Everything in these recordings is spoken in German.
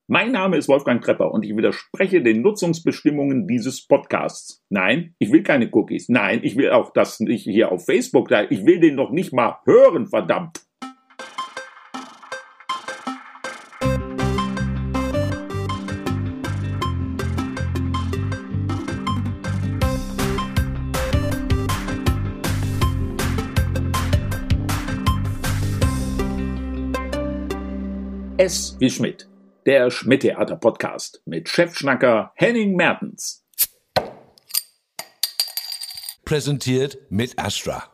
Mein Name ist Wolfgang Trepper und ich widerspreche den Nutzungsbestimmungen dieses Podcasts. Nein, ich will keine Cookies. Nein, ich will auch das nicht hier auf Facebook. Ich will den noch nicht mal hören, verdammt. S wie Schmidt. Der Schmidt-Theater-Podcast mit Chefschnacker Henning Mertens. Präsentiert mit Astra.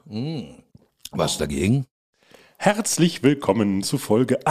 Was dagegen? Herzlich willkommen zu Folge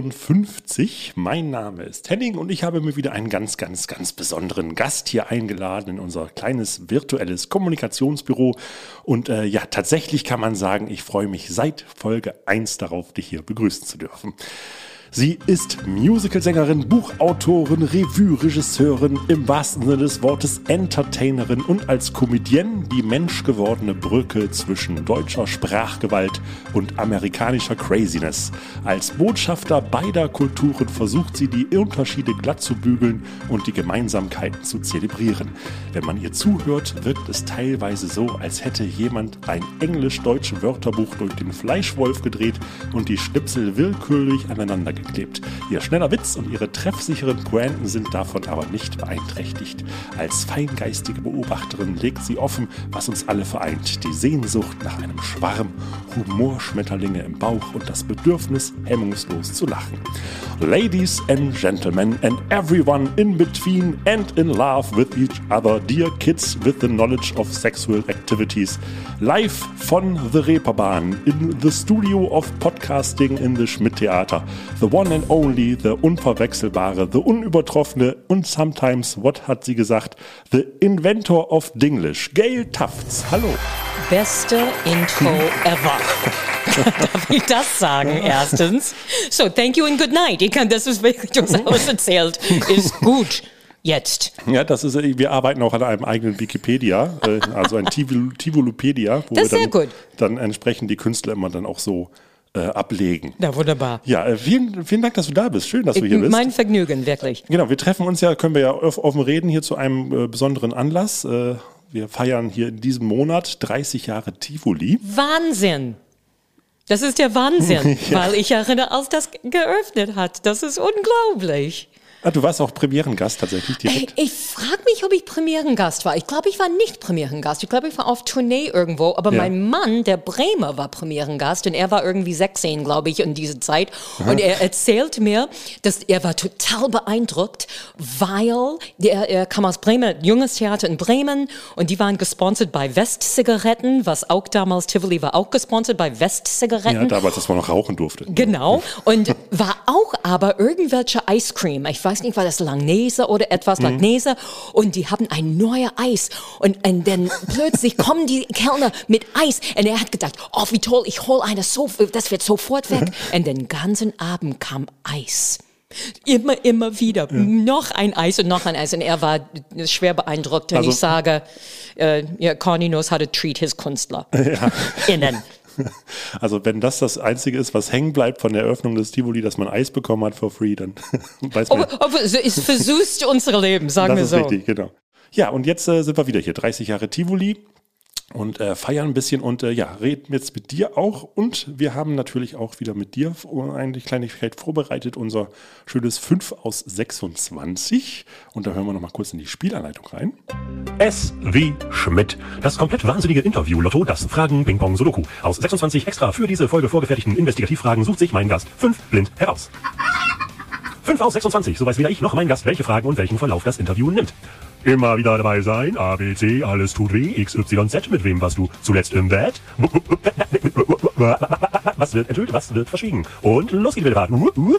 58. Mein Name ist Henning und ich habe mir wieder einen ganz besonderen Gast hier eingeladen in unser kleines virtuelles Kommunikationsbüro. Und tatsächlich kann man sagen, ich freue mich seit Folge 1 darauf, dich hier begrüßen zu dürfen. Sie ist Musicalsängerin, Buchautorin, Revue-Regisseurin, im wahrsten Sinne des Wortes Entertainerin und als Comedienne die menschgewordene Brücke zwischen deutscher Sprachgewalt und amerikanischer Craziness. Als Botschafter beider Kulturen versucht sie, die Unterschiede glatt zu bügeln und die Gemeinsamkeiten zu zelebrieren. Wenn man ihr zuhört, wirkt es teilweise so, als hätte jemand ein englisch-deutsches Wörterbuch durch den Fleischwolf gedreht und die Schnipsel willkürlich aneinander geklebt. Ihr schneller Witz und ihre treffsicheren Pointen sind davon aber nicht beeinträchtigt. Als feingeistige Beobachterin legt sie offen, was uns alle vereint. Die Sehnsucht nach einem Schwarm, Humorschmetterlinge im Bauch und das Bedürfnis, hemmungslos zu lachen. Ladies and Gentlemen and everyone in between and in love with each other, dear kids with the knowledge of sexual activities, live von The Reeperbahn in the studio of podcasting in the Schmidt-Theater. The one and only, the unverwechselbare, the unübertroffene und sometimes, what hat sie gesagt, the inventor of Dinglish, Gail Tufts. Hallo. Beste Intro ever. Darf ich das sagen, erstens? So, thank you and good night. Ich kann das, was wirklich uns auserzählt, ist gut. Jetzt. Ja, wir arbeiten auch an einem eigenen Wikipedia, also ein Tivolupedia, wo das ist wir sehr gut. Dann entsprechend die Künstler immer dann auch so ablegen. Ja, wunderbar. Ja, vielen Dank, dass du da bist. Schön, dass du hier bist. Mein Vergnügen, wirklich. Genau, wir treffen uns ja, können wir ja offen reden, hier zu einem besonderen Anlass. Wir feiern hier in diesem Monat 30 Jahre Tivoli. Wahnsinn! Das ist der Wahnsinn, ja. Weil ich erinnere, als das geöffnet hat. Das ist unglaublich. Ah, du warst auch Premierengast tatsächlich direkt. Ich frage mich, ob ich Premierengast war. Ich glaube, ich war nicht Premierengast. Ich glaube, ich war auf Tournee irgendwo. Aber mein Mann, der Bremer, war Premierengast. Und er war irgendwie 16, glaube ich, in dieser Zeit. Und er erzählt mir, dass er war total beeindruckt, weil er kam aus Bremen, junges Theater in Bremen. Und die waren gesponsert bei West-Zigaretten, was auch damals, Tivoli war auch gesponsert bei West-Zigaretten. Ja, damals, dass man noch rauchen durfte. Genau. Und war auch aber irgendwelche Ice Cream. Ich weiß nicht, war das Langnese oder etwas Langnese, und die haben ein neues Eis und dann plötzlich kommen die Kellner mit Eis und er hat gedacht, oh wie toll, ich hole eine, das wird sofort weg, und den ganzen Abend kam Eis. Immer wieder. Ja. Noch ein Eis und noch ein Eis. Und er war schwer beeindruckt. Und ich sage, Conny knows how to treat his Künstler. Ja. Innen. Also wenn das Einzige ist, was hängen bleibt von der Eröffnung des Tivoli, dass man Eis bekommen hat for free, dann weiß man. Es versüßt unser Leben, sagen wir so. Das ist richtig, genau. Ja, und jetzt sind wir wieder hier, 30 Jahre Tivoli. Und feiern ein bisschen und reden jetzt mit dir auch. Und wir haben natürlich auch wieder mit dir eine Kleinigkeit vorbereitet, unser schönes 5 aus 26. Und da hören wir noch mal kurz in die Spielanleitung rein. S wie Schmidt. Das komplett wahnsinnige Interview-Lotto, das Fragen-Ping-Pong-Sudoku. Aus 26 extra für diese Folge vorgefertigten Investigativfragen sucht sich mein Gast 5 blind heraus. 5 aus 26, so weiß weder ich noch mein Gast, welche Fragen und welchen Verlauf das Interview nimmt. Immer wieder dabei sein, A, B, C, alles tut weh, X, Y, Z, mit wem warst du zuletzt im Bett? Was wird enthüllt, was wird verschwiegen? Und los geht's wieder.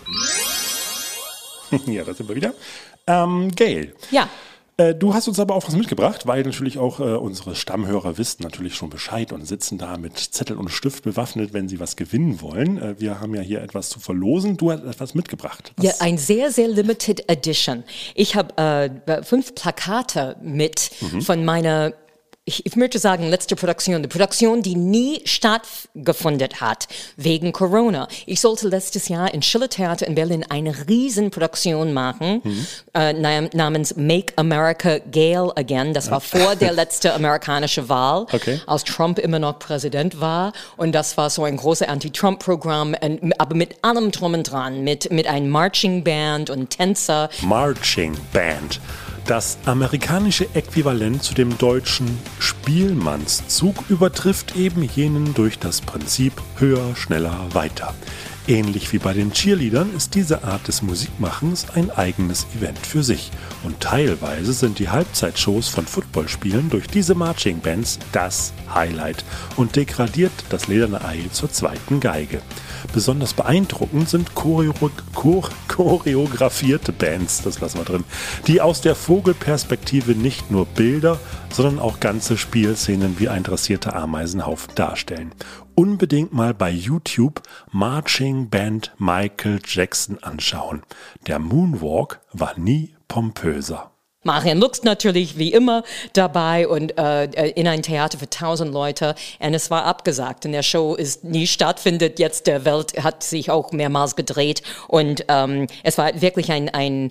Ja, da sind wir wieder. Gail. Ja. Du hast uns aber auch was mitgebracht, weil natürlich auch unsere Stammhörer wissen natürlich schon Bescheid und sitzen da mit Zettel und Stift bewaffnet, wenn sie was gewinnen wollen. Wir haben ja hier etwas zu verlosen. Du hast etwas mitgebracht. Ja, ein sehr, sehr limited edition. Ich habe 5 Plakate mit von meiner ich möchte sagen, letzte Produktion, die Produktion, die nie stattgefunden hat, wegen Corona. Ich sollte letztes Jahr im Schiller Theater in Berlin eine Riesenproduktion machen, namens Make America Gay Again. Das war vor der letzten amerikanischen Wahl, als Trump immer noch Präsident war. Und das war so ein großes Anti-Trump-Programm, aber mit allem drum und dran, mit einem Marching Band und Tänzer. Marching Band. Das amerikanische Äquivalent zu dem deutschen Spielmannszug übertrifft eben jenen durch das Prinzip höher, schneller, weiter. Ähnlich wie bei den Cheerleadern ist diese Art des Musikmachens ein eigenes Event für sich. Und teilweise sind die Halbzeitshows von Footballspielen durch diese Marching Bands das Highlight und degradiert das lederne Ei zur zweiten Geige. Besonders beeindruckend sind choreografierte Bands, das lassen wir drin, die aus der Vogelperspektive nicht nur Bilder, sondern auch ganze Spielszenen wie ein dressierter Ameisenhaufen darstellen. Unbedingt mal bei YouTube Marching Band Michael Jackson anschauen. Der Moonwalk war nie pompöser. Marian Lux natürlich wie immer dabei und in ein Theater für 1000 Leute und es war abgesagt und der Show ist nie stattfindet. Jetzt der Welt hat sich auch mehrmals gedreht und es war wirklich ein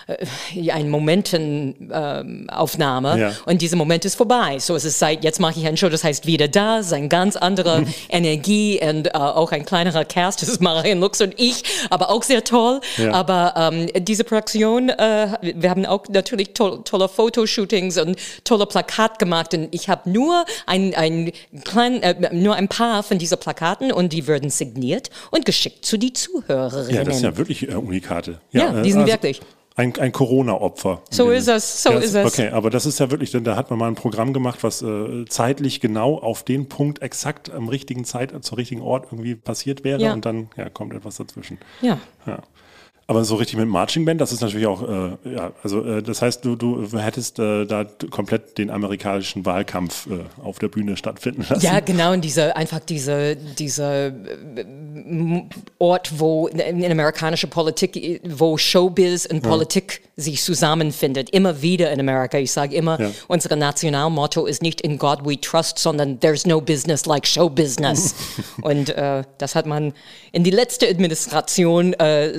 Momentenaufnahme und dieser Moment ist vorbei. So es ist jetzt mache ich eine Show, das heißt wieder da, es ist eine ganz andere Energie und auch ein kleinerer Cast, das ist Marian Lux und ich, aber auch sehr toll. Ja. Aber diese Produktion, wir haben auch natürlich tolle Fotoshootings und tolle Plakat gemacht und ich habe nur ein paar von diesen Plakaten und die würden signiert und geschickt zu die Zuhörerinnen. Ja, das ist ja wirklich Unikate. Ja, die sind wirklich. Ein Corona-Opfer. So ist es, ist es. Okay, aber das ist ja wirklich, denn da hat man mal ein Programm gemacht, was zeitlich genau auf den Punkt exakt zur richtigen Ort irgendwie passiert wäre und dann kommt etwas dazwischen. Ja. Aber so richtig mit Marching Band, das ist natürlich auch, das heißt, du hättest da komplett den amerikanischen Wahlkampf auf der Bühne stattfinden lassen. Ja, genau, und dieser Ort, wo in amerikanischer Politik, wo Showbiz und Politik sich zusammenfindet, immer wieder in Amerika. Ich sage immer, unser Nationalmotto ist nicht in God we trust, sondern there's no business like show business. Und das hat man in die letzte Administration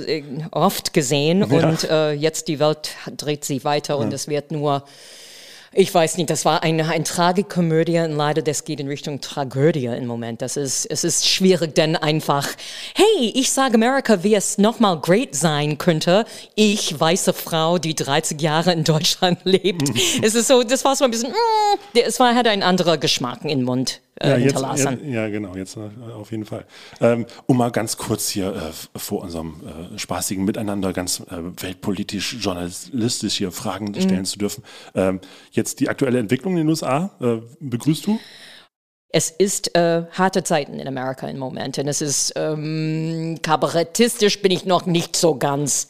oft gesehen und jetzt die Welt dreht sich weiter und es wird nur, ich weiß nicht, das war eine Tragikomödie und leider das geht in Richtung Tragödie im Moment. Es ist schwierig, denn einfach, hey, ich sage Amerika, wie es nochmal great sein könnte. Ich, weiße Frau, die 30 Jahre in Deutschland lebt. Es ist so, das war so ein bisschen, hat ein anderer Geschmack im Mund. Hinterlassen. Genau, jetzt auf jeden Fall. Um mal ganz kurz hier vor unserem spaßigen Miteinander ganz weltpolitisch, journalistisch hier Fragen stellen zu dürfen. Jetzt die aktuelle Entwicklung in den USA, begrüßt du? Es ist harte Zeiten in Amerika im Moment und es ist kabarettistisch bin ich noch nicht so ganz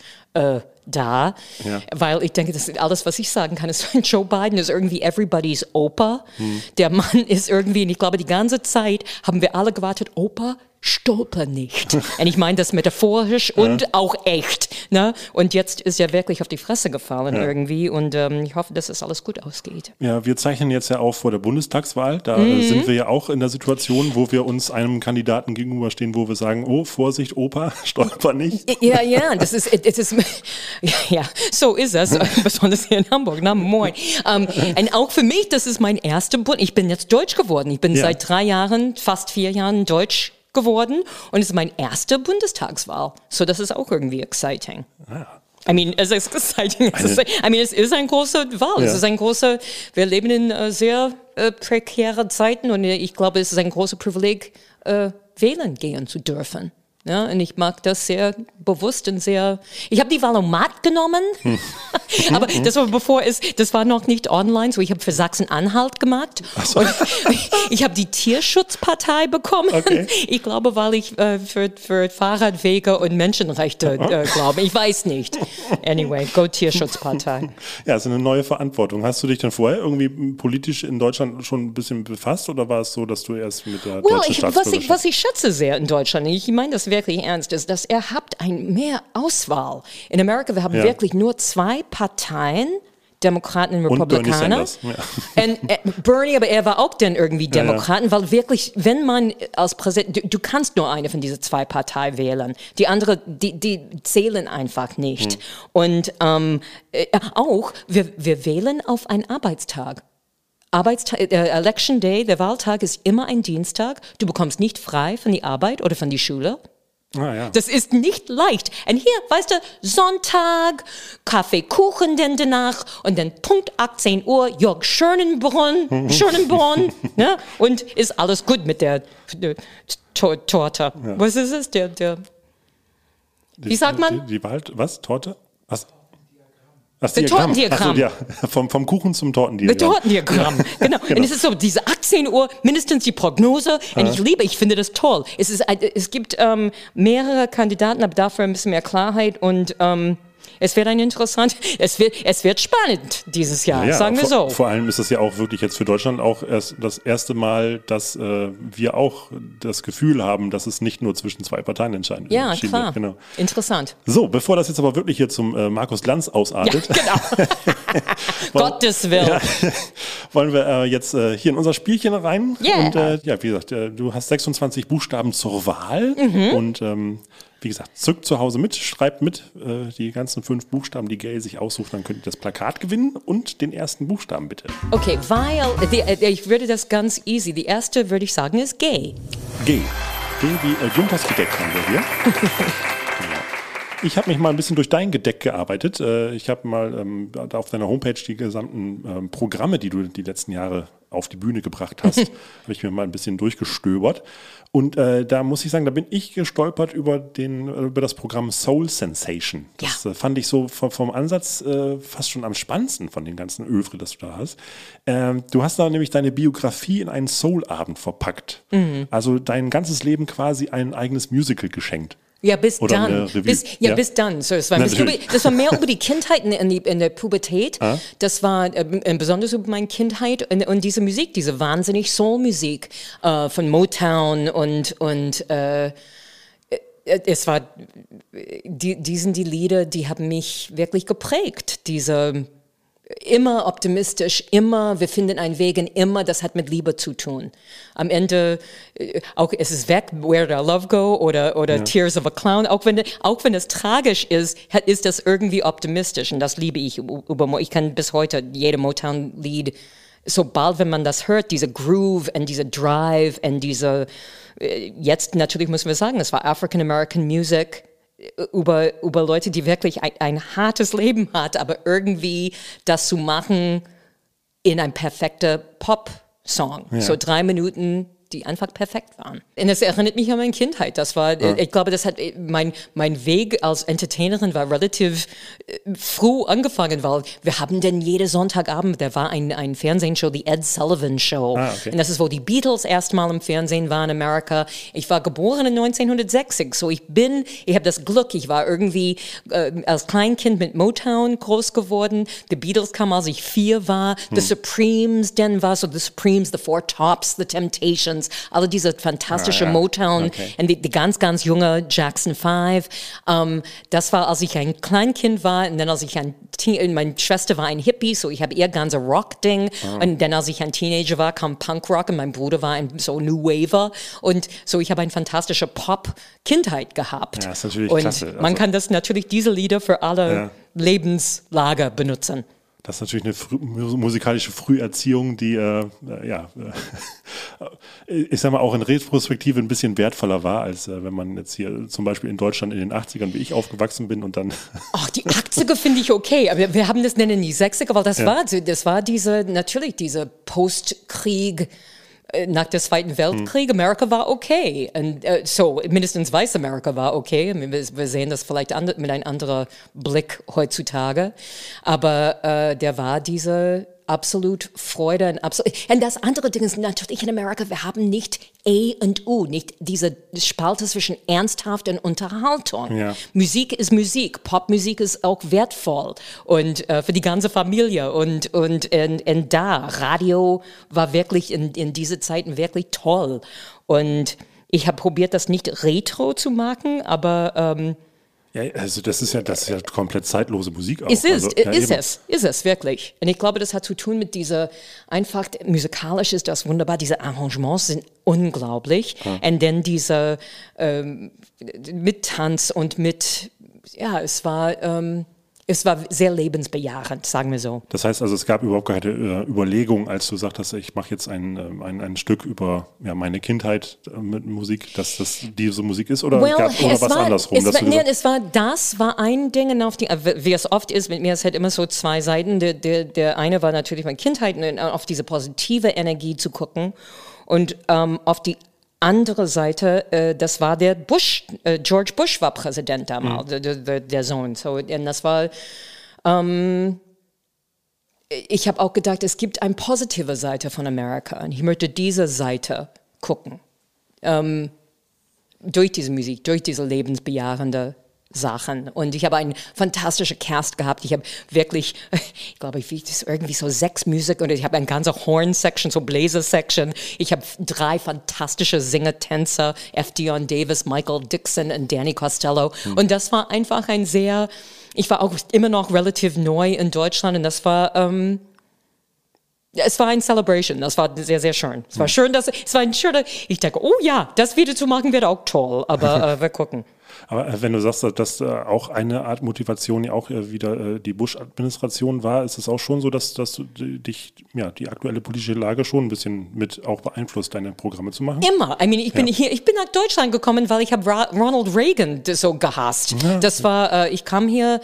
da, weil ich denke, das ist alles, was ich sagen kann, ist, Joe Biden ist irgendwie everybody's Opa. Der Mann ist irgendwie, und ich glaube, die ganze Zeit haben wir alle gewartet, Opa, stolper nicht. Und ich meine das metaphorisch und auch echt. Ne? Und jetzt ist er wirklich auf die Fresse gefallen irgendwie und ich hoffe, dass es alles gut ausgeht. Ja, wir zeichnen jetzt ja auch vor der Bundestagswahl. Da sind wir ja auch in der Situation, wo wir uns einem Kandidaten gegenüberstehen, wo wir sagen, oh, Vorsicht, Opa, stolper nicht. Ja, das ist ja, so ist es, besonders hier in Hamburg. Na, moin. Und auch für mich, das ist mein erster ich bin jetzt Deutsch geworden. Ich bin seit 3 Jahren, fast 4 Jahren Deutsch geworden und es ist meine erste Bundestagswahl. So, das ist auch irgendwie exciting. I mean, es ist exciting. Es ist eine große Wahl. Ja. Es ist wir leben in sehr prekären Zeiten und ich glaube, es ist ein großes Privileg, wählen gehen zu dürfen. Ja, und ich mag das sehr bewusst und sehr. Ich habe die Wahlomat genommen, aber das war das war noch nicht online, so ich habe für Sachsen-Anhalt gemacht. So. Und ich habe die Tierschutzpartei bekommen. Okay. Ich glaube, weil ich für Fahrradwege und Menschenrechte glaube. Ich weiß nicht. Anyway, go Tierschutzpartei. Ja, es ist eine neue Verantwortung. Hast du dich dann vorher irgendwie politisch in Deutschland schon ein bisschen befasst oder war es so, dass du erst mit der deutschen Staatsbürgerschaft... Was ich schätze sehr in Deutschland, ich meine das wirklich ernst, ist, dass habt mehr Auswahl. In Amerika, wir haben wirklich nur 2 Parteien, Demokraten und Republikaner. Bernie Sanders, Und Bernie, aber er war auch dann irgendwie Demokraten, weil wirklich, wenn man als Präsident, du kannst nur eine von diesen zwei Parteien wählen. Die andere, die zählen einfach nicht. Und auch, wir wählen auf einen Arbeitstag. Election Day, der Wahltag ist immer ein Dienstag. Du bekommst nicht frei von der Arbeit oder von der Schule. Ja. Das ist nicht leicht. Und hier, weißt du, Sonntag, Kaffee, Kuchen denn danach und dann Punkt 18 Uhr, Jörg Schönenborn, ne? Und ist alles gut mit der Torte. Ja. Was ist es? Wie sagt man? Die Wahl, was? Torte? Was? Das Tortendiagramm. So, ja. Vom Kuchen zum Tortendiagramm. Das Tortendiagramm, genau. Und es ist so, diese 18 Uhr, mindestens die Prognose. Und ich finde das toll. Es gibt mehrere Kandidaten, aber dafür ein bisschen mehr Klarheit und es wird es wird spannend dieses Jahr, sagen wir so. Vor allem ist es ja auch wirklich jetzt für Deutschland auch erst das erste Mal, dass wir auch das Gefühl haben, dass es nicht nur zwischen zwei Parteien entscheidend ist. Ja, klar. Genau. Interessant. So, bevor das jetzt aber wirklich hier zum Markus Glanz ausartet. Ja, genau. Gottes Willen. Ja, wollen wir jetzt hier in unser Spielchen rein. Yeah. Und wie gesagt, du hast 26 Buchstaben zur Wahl und wie gesagt, zückt zu Hause mit, schreibt mit die ganzen 5 Buchstaben, die Gail sich aussucht, dann könnt ihr das Plakat gewinnen und den ersten Buchstaben bitte. Okay, weil ich würde das ganz easy. Die erste würde ich sagen ist G. G. G wie Junkers Gedeck haben wir hier. Ich habe mich mal ein bisschen durch dein Gedeck gearbeitet. Ich habe mal da auf deiner Homepage die gesamten Programme, die du die letzten Jahre auf die Bühne gebracht hast, habe ich mir mal ein bisschen durchgestöbert. Und da muss ich sagen, da bin ich gestolpert über das Programm Soul Sensation. Das fand ich so vom Ansatz fast schon am spannendsten von den ganzen Övre, das du da hast. Du hast da nämlich deine Biografie in einen Soul-Abend verpackt. Also dein ganzes Leben quasi ein eigenes Musical geschenkt. Ja, bis dann. Bis dann. So, das war mehr über die Kindheit in der Pubertät. Das war besonders über meine Kindheit und diese Musik, diese wahnsinnig Soul-Musik von Motown und es war, die sind die Lieder, die haben mich wirklich geprägt. Diese immer optimistisch, immer, wir finden einen Weg und immer, das hat mit Liebe zu tun. Am Ende, auch es ist weg, Where Did Our Love Go oder Tears of a Clown, auch wenn es tragisch ist das irgendwie optimistisch und das liebe ich. Ich kann bis heute jede Motown-Lied, sobald wenn man das hört, diese Groove und diese Drive und diese, jetzt natürlich müssen wir sagen, es war African American Music, über Leute, die wirklich ein hartes Leben hat, aber irgendwie das zu machen in ein perfekter Pop-Song. Ja. So 3 Minuten, die einfach perfekt waren. Und es erinnert mich an meine Kindheit. Das war, ich glaube, das hat mein Weg als Entertainerin war relativ früh angefangen, weil wir haben denn jeden Sonntagabend, da war ein Fernsehshow, die Ed Sullivan Show. Okay. Und das ist, wo die Beatles erstmal im Fernsehen waren in Amerika. Ich war geboren in 1960, so ich habe das Glück, ich war irgendwie als Kleinkind mit Motown groß geworden. Die Beatles kamen, als ich 4 war. The Supremes, dann war so The Supremes, The Four Tops, The Temptations, alle diese fantastische Motown und die ganz, ganz junge Jackson 5. Das war, als ich ein Kleinkind war und dann als ich meine Schwester war ein Hippie, so ich habe ihr ganze Rock-Ding und dann als ich ein Teenager war, kam Punkrock und mein Bruder war ein so New Waver und so ich habe eine fantastische Pop-Kindheit gehabt. Ja, ist natürlich und klasse. Also, man kann das natürlich, diese Lieder für alle Lebenslager benutzen. Das ist natürlich eine musikalische Früherziehung, die, ich sag mal, auch in Retrospektive ein bisschen wertvoller war, als wenn man jetzt hier zum Beispiel in Deutschland in den 80ern, wie ich aufgewachsen bin und dann... Ach, die 80er finde ich okay, aber wir haben das nennen die 60er, weil das war diese Postkrieg... Nach dem Zweiten Weltkrieg, Amerika war okay. Und so, mindestens weiß Amerika war okay. Wir sehen das vielleicht mit einem anderen Blick heutzutage. Aber der war diese absolut Freude. Und das andere Ding ist natürlich in Amerika, wir haben nicht A und U, nicht diese Spalte zwischen ernsthaft und Unterhaltung. Ja. Musik ist Musik, Popmusik ist auch wertvoll und für die ganze Familie und da, Radio war wirklich in diese Zeiten wirklich toll und ich habe probiert, das nicht retro zu machen, aber Ja, also das ist ja komplett zeitlose Musik auch. Ist Also, es wirklich. Und ich glaube, das hat zu tun mit dieser, einfach musikalisch ist das wunderbar, diese Arrangements sind unglaublich. Und dann diese mit Tanz und mit, ja, es war sehr lebensbejahend, sagen wir so. Das heißt also, es gab überhaupt keine Überlegung, als du sagtest, ich mache jetzt ein Stück über meine Kindheit mit Musik, dass das diese Musik ist oder was andersrum? Das war ein Ding, wie es oft ist mit mir, es hat immer so zwei Seiten. Der eine war natürlich meine Kindheit, auf diese positive Energie zu gucken und auf die andere Seite, das war der George Bush war Präsident damals, der Sohn. So, und das war, ich habe auch gedacht, es gibt eine positive Seite von Amerika und ich möchte diese Seite gucken. Durch diese Musik, durch diese lebensbejahende Sachen. Und ich habe einen fantastischen Cast gehabt. Ich habe wirklich, ich glaube, irgendwie so 6 Musik und ich habe eine ganze Horn-Section, so Bläser-Section. Ich habe 3 fantastische Singer-Tänzer, F. Dion Davis, Michael Dixon und Danny Costello. Und das war einfach ich war auch immer noch relativ neu in Deutschland und das war, es war ein Celebration, das war sehr, sehr schön. Es war schön, ich denke, oh ja, das wieder zu machen wäre auch toll, aber wir gucken. Aber wenn du sagst, dass auch eine Art Motivation ja auch wieder die Bush-Administration war, ist es auch schon so, dass du dich, die aktuelle politische Lage schon ein bisschen mit auch beeinflusst, deine Programme zu machen? Immer. Ich bin nach Deutschland gekommen, weil ich habe Ronald Reagan so gehasst. Ja. Das war, ich kam hier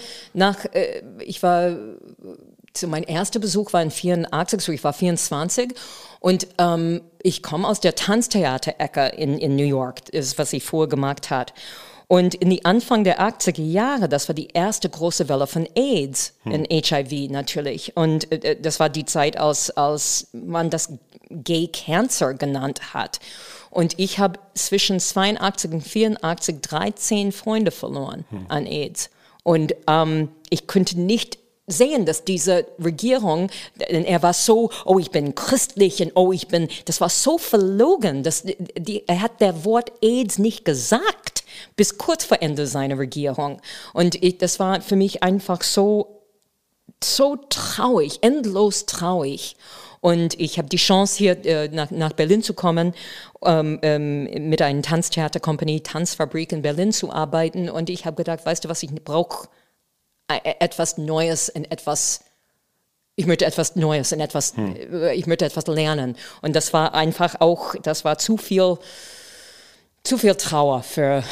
mein erster Besuch war in 84, so ich war 24 und ich komme aus der Tanztheater-Ecke in New York, ist was ich vorher gemacht habe. Und in die Anfang der 80er Jahre, das war die erste große Welle von AIDS, in HIV natürlich. Und das war die Zeit, als man das Gay Cancer genannt hat. Und ich habe zwischen 82 und 84 13 Freunde verloren an AIDS. Und ich konnte nicht sehen, dass diese Regierung, er war so, oh, ich bin christlich und das war so verlogen, er hat der Wort AIDS nicht gesagt, bis kurz vor Ende seiner Regierung. Und das war für mich einfach so traurig, endlos traurig. Und ich habe die Chance, hier nach Berlin zu kommen, mit einer Tanztheaterkompanie, Tanzfabrik in Berlin zu arbeiten. Und ich habe gedacht, weißt du was, ich brauche etwas Neues ich möchte etwas Neues ich möchte etwas lernen. Und das war einfach zu viel Trauer für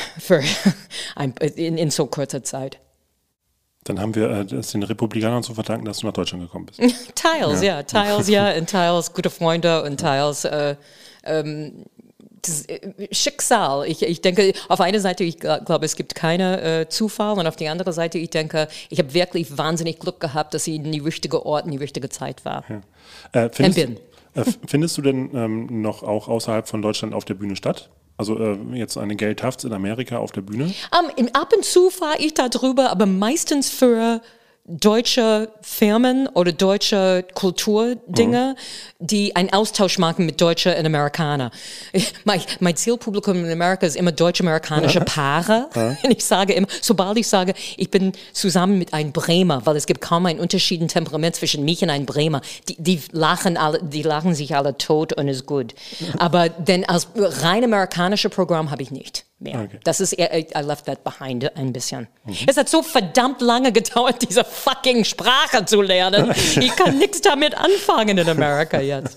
in so kurzer Zeit. Dann haben wir es den Republikanern zu verdanken, dass du nach Deutschland gekommen bist. Teils, und teils gute Freunde und teils Schicksal. Ich denke, auf einer Seite, ich glaube, es gibt keine Zufall und auf die andere Seite, ich denke, ich habe wirklich wahnsinnig Glück gehabt, dass ich in die richtige Ort, in die richtige Zeit war. Ja. Findest du denn noch auch außerhalb von Deutschland auf der Bühne statt? Also jetzt eine Gail Tufts in Amerika auf der Bühne? Ab und zu fahre ich da drüber, aber meistens für deutsche Firmen oder deutsche Kulturdinge, die einen Austausch machen mit Deutschen und Amerikanern. Mein Zielpublikum in Amerika ist immer deutsch-amerikanische Paare. Und ich sage immer, sobald ich sage, ich bin zusammen mit einem Bremer, weil es gibt kaum einen Unterschied im Temperament zwischen mich und einem Bremer, die lachen sich alle tot und ist gut. Aber denn als rein amerikanische Programm habe ich nicht mehr. Okay. Das ist I left that behind ein bisschen. Es hat so verdammt lange gedauert, diese fucking Sprache zu lernen. Ich kann nichts damit anfangen in Amerika jetzt.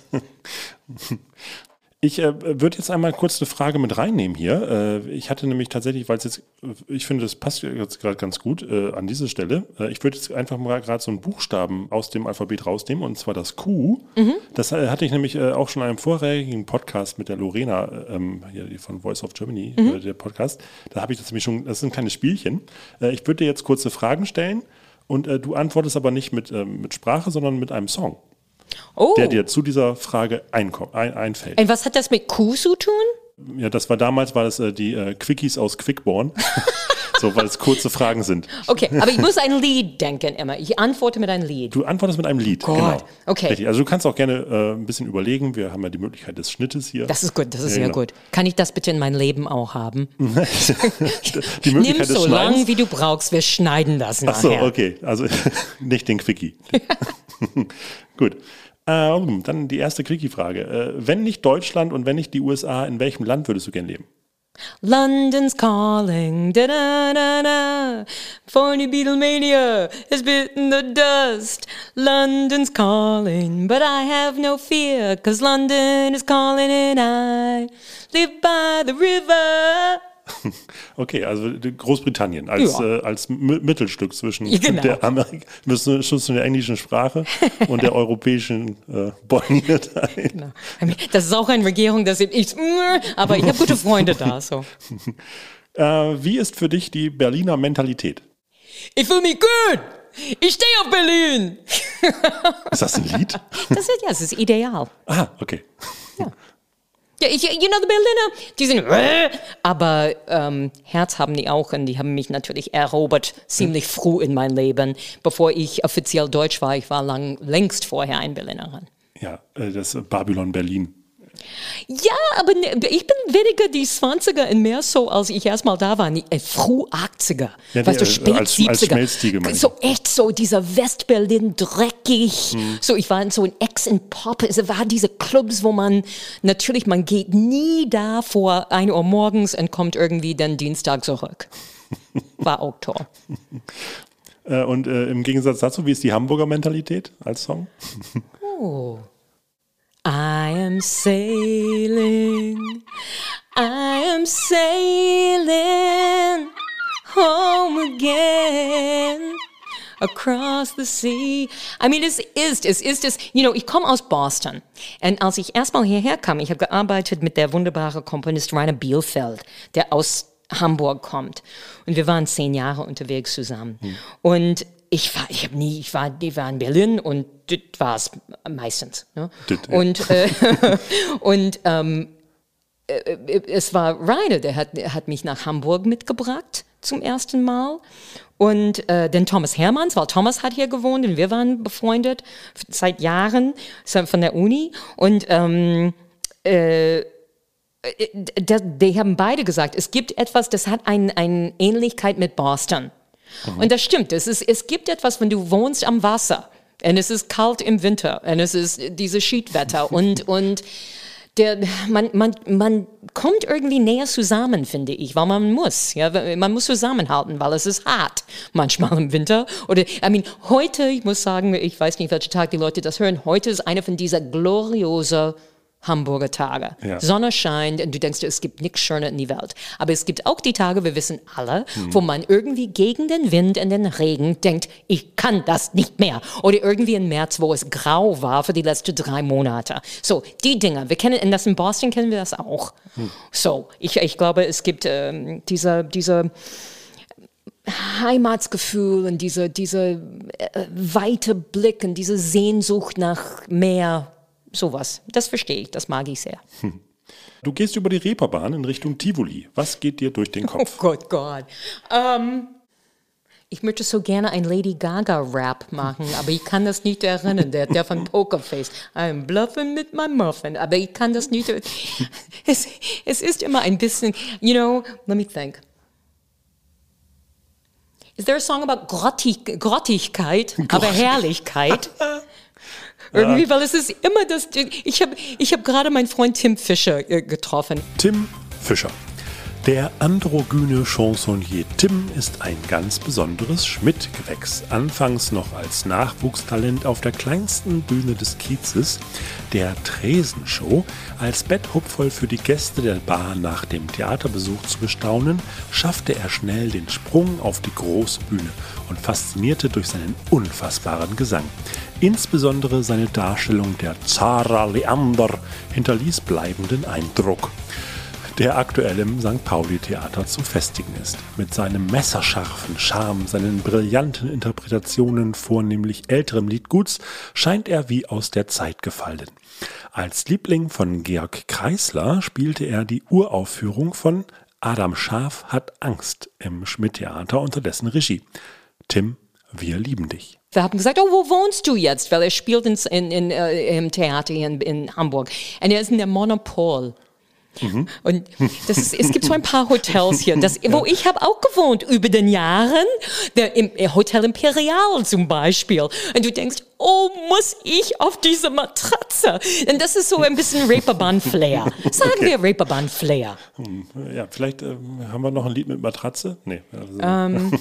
Ich würde jetzt einmal kurz eine Frage mit reinnehmen hier. Ich hatte nämlich tatsächlich, ich finde, das passt jetzt gerade ganz gut an diese Stelle. Ich würde jetzt einfach mal gerade so einen Buchstaben aus dem Alphabet rausnehmen, und zwar das Q. Das hatte ich nämlich auch schon in einem vorherigen Podcast mit der Lorena, hier von Voice of Germany, der Podcast. Da habe ich das nämlich schon, das sind keine Spielchen. Ich würde dir jetzt kurze Fragen stellen und du antwortest aber nicht mit Sprache, sondern mit einem Song. Oh. Der dir zu dieser Frage einfällt. Und was hat das mit Q zu tun? Ja, war das die Quickies aus Quickborn. So, weil es kurze Fragen sind. Okay, aber ich muss ein Lied denken immer. Ich antworte mit einem Lied. Du antwortest mit einem Lied, Gott, genau. okay. Richtig. Also du kannst auch gerne ein bisschen überlegen. Wir haben ja die Möglichkeit des Schnittes hier. Das ist gut, das ist Ja, sehr genau. gut. Kann ich das bitte in mein Leben auch haben? Die Nimm Möglichkeit des so Schneidens. lang, wie du brauchst. Wir schneiden das Ach so, nachher. okay. Also nicht den Quickie. Gut. Dann die erste Quickie-Frage. Wenn nicht Deutschland und wenn nicht die USA, in welchem Land würdest du gern leben? London's calling, da da da da. Phony Beatlemania has bitten the dust. London's calling, but I have no fear, 'cause London is calling and I live by the river. Okay, also Großbritannien als Mittelstück zwischen der zwischen der englischen Sprache und der europäischen Borniertei. Genau. Das ist auch eine Regierung, aber ich habe gute Freunde da. So. Wie ist für dich die Berliner Mentalität? Ich fühle mich gut. Ich stehe auf Berlin. Ist das ein Lied? Das ist ideal. Ah, okay. Ja, die Berliner, die sind, aber Herz haben die auch und die haben mich natürlich erobert ziemlich früh in mein Leben, bevor ich offiziell Deutsch war. Ich war längst vorher ein Berlinerin. Ja, das Babylon Berlin. Ja, aber ich bin weniger die 20er und mehr so, als ich erstmal da war, früh 80er, Ja, weißt du, spät als 70er. Schmelztiegel, meine ich. So echt so, dieser Westberlin dreckig. So, ich war in so ein Ex and Pop. Es war diese Clubs, wo man geht nie da vor 1 Uhr morgens und kommt irgendwie dann Dienstag zurück. War auch toll. Und im Gegensatz dazu, wie ist die Hamburger Mentalität als Song? Oh. I am sailing home again across the sea. I mean, es ist, ich komme aus Boston. Und als ich erstmal hierher kam, ich habe gearbeitet mit der wunderbaren Komponist Rainer Bielfeld, der aus Hamburg kommt. Und wir waren 10 Jahre unterwegs zusammen. Und ich war in Berlin und das war es meistens. Ne? Es war Rainer, der hat mich nach Hamburg mitgebracht zum ersten Mal. Und dann Thomas Hermanns, weil Thomas hat hier gewohnt und wir waren befreundet seit Jahren von der Uni. Und die haben beide gesagt, es gibt etwas, das hat eine Ähnlichkeit mit Boston. Und das stimmt. Es gibt etwas, wenn du wohnst am Wasser und es ist kalt im Winter und es ist dieses Schiedwetter und man kommt irgendwie näher zusammen, finde ich, weil man muss zusammenhalten, weil es ist hart manchmal im Winter. Oder, heute, ich muss sagen, ich weiß nicht, welchen Tag die Leute das hören, heute ist einer von dieser gloriosen Hamburger Tage. Ja. Sonne scheint und du denkst, es gibt nichts Schönes in der Welt. Aber es gibt auch die Tage, wir wissen alle, wo man irgendwie gegen den Wind und den Regen denkt, ich kann das nicht mehr. Oder irgendwie im März, wo es grau war für die letzten 3 Monate. So, die Dinge, wir kennen, und das in Boston kennen wir das auch. So, ich glaube, es gibt diese Heimatsgefühl und diese weite Blick und diese Sehnsucht nach mehr. Sowas, das verstehe ich, das mag ich sehr. Du gehst über die Reeperbahn in Richtung Tivoli. Was geht dir durch den Kopf? Oh Gott. Ich möchte so gerne ein Lady Gaga-Rap machen, aber ich kann das nicht erinnern, der von Pokerface. I'm bluffing with my muffin, aber ich kann das nicht. Es ist immer ein bisschen, let me think. Is there a song about Grottigkeit, aber Herrlichkeit? Irgendwie, weil es ist immer das. Ich hab gerade meinen Freund Tim Fischer getroffen. Tim Fischer. Der androgyne Chansonnier Tim ist ein ganz besonderes Schmidt-Gewächs. Anfangs noch als Nachwuchstalent auf der kleinsten Bühne des Kiezes, der Tresenshow, als Betthupferl für die Gäste der Bar nach dem Theaterbesuch zu bestaunen, schaffte er schnell den Sprung auf die große Bühne und faszinierte durch seinen unfassbaren Gesang. Insbesondere seine Darstellung der Zara Leander hinterließ bleibenden Eindruck, der aktuell im St. Pauli-Theater zu festigen ist. Mit seinem messerscharfen Charme, seinen brillanten Interpretationen vornehmlich älterem Liedguts, scheint er wie aus der Zeit gefallen. Als Liebling von Georg Kreisler spielte er die Uraufführung von Adam Schaaf hat Angst im Schmidt-Theater unter dessen Regie. Tim, wir lieben dich. Wir haben gesagt, wo wohnst du jetzt? Weil er spielt im Theater hier in Hamburg. Und er ist in der Monopol. Und es gibt so ein paar Hotels hier, wo ich habe auch gewohnt über den Jahren, im Hotel Imperial zum Beispiel. Und du denkst, muss ich auf diese Matratze? Und das ist so ein bisschen Reeperbahn-Flair. Sagen wir Reeperbahn-Flair. Ja, vielleicht haben wir noch ein Lied mit Matratze? Nee. Also.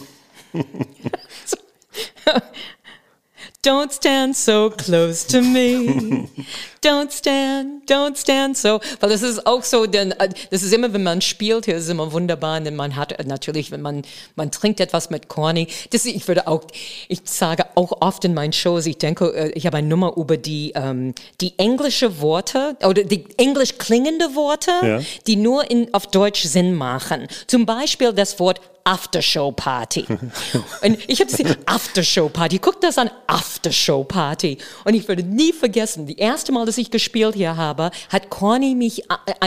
Don't stand so close to me. Don't stand so. Weil das ist auch so, das ist immer, wenn man spielt, hier ist es immer wunderbar. Und man hat natürlich, wenn man trinkt etwas mit Corny. Ich sage auch oft in meinen Shows, ich denke, ich habe eine Nummer über die englische Worte oder die englisch klingende Worte, die nur auf Deutsch Sinn machen. Zum Beispiel das Wort Aftershow-Party. Und ich habe gesehen, Aftershow-Party. Guck das an, Aftershow-Party. Und ich würde nie vergessen, die erste Mal, dass ich gespielt hier habe, hat Corny mich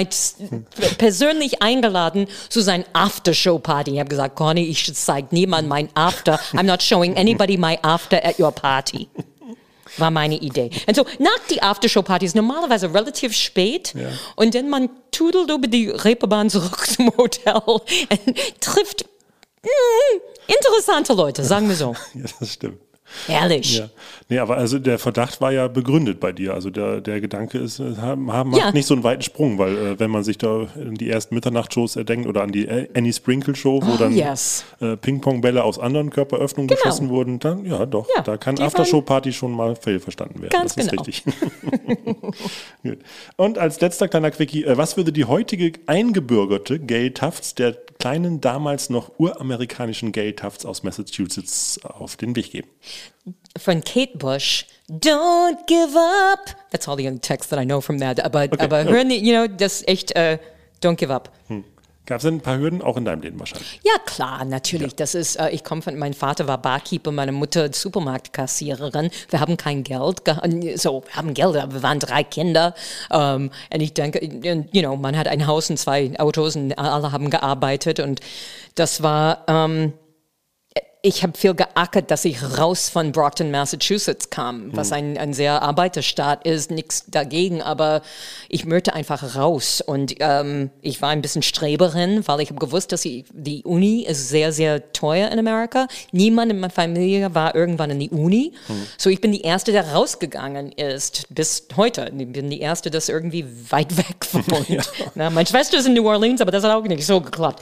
persönlich eingeladen zu seiner Aftershow-Party. Ich habe gesagt, Corny, ich zeige niemandem mein After. I'm not showing anybody my after at your party. War meine Idee. Und so, nach die Aftershow-Party ist normalerweise relativ spät und dann man tudelt über die Reeperbahn zurück zum Hotel und trifft interessante Leute, sagen wir so. Ja, das stimmt. Ehrlich. Ja. Nee, aber also der Verdacht war ja begründet bei dir. Also der Gedanke ist, macht nicht so einen weiten Sprung, weil wenn man sich da in die ersten Mitternachtsshows denkt oder an die Annie Sprinkle Show, wo dann Ping-Pong-Bälle aus anderen Körperöffnungen geschossen wurden, dann da kann Aftershow-Party schon mal fehlverstanden werden. Ganz das ist genau. richtig. Gut. Und als letzter kleiner Quickie, was würde die heutige eingebürgerte Gail Tufts der kleinen, damals noch uramerikanischen Gail Tufts aus Massachusetts auf den Weg geben? Von Kate Bush, Don't Give Up. That's all the text that I know from that. Aber hören, das ist echt, Don't Give Up. Gab es denn ein paar Hürden auch in deinem Leben wahrscheinlich? Ja, klar, natürlich. Ja. Das ist, mein Vater war Barkeeper, meine Mutter Supermarktkassiererin. Wir haben kein Geld, wir haben Geld, aber wir waren 3 Kinder. Und ich denke, man hat ein Haus und 2 Autos und alle haben gearbeitet und das war, ich habe viel geackert, dass ich raus von Brockton, Massachusetts kam, was ein sehr Arbeiterstaat ist, nichts dagegen, aber ich möchte einfach raus und ich war ein bisschen Streberin, weil ich habe gewusst, dass die Uni ist sehr, sehr teuer in Amerika. Niemand in meiner Familie war irgendwann in die Uni, so ich bin die Erste, der rausgegangen ist, bis heute. Ich bin die Erste, das irgendwie weit weg wohnt. Na, meine Schwester ist in New Orleans, aber das hat auch nicht so geklappt.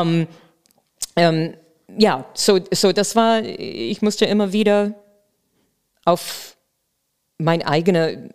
Ja, so das war, ich musste immer wieder auf meine eigene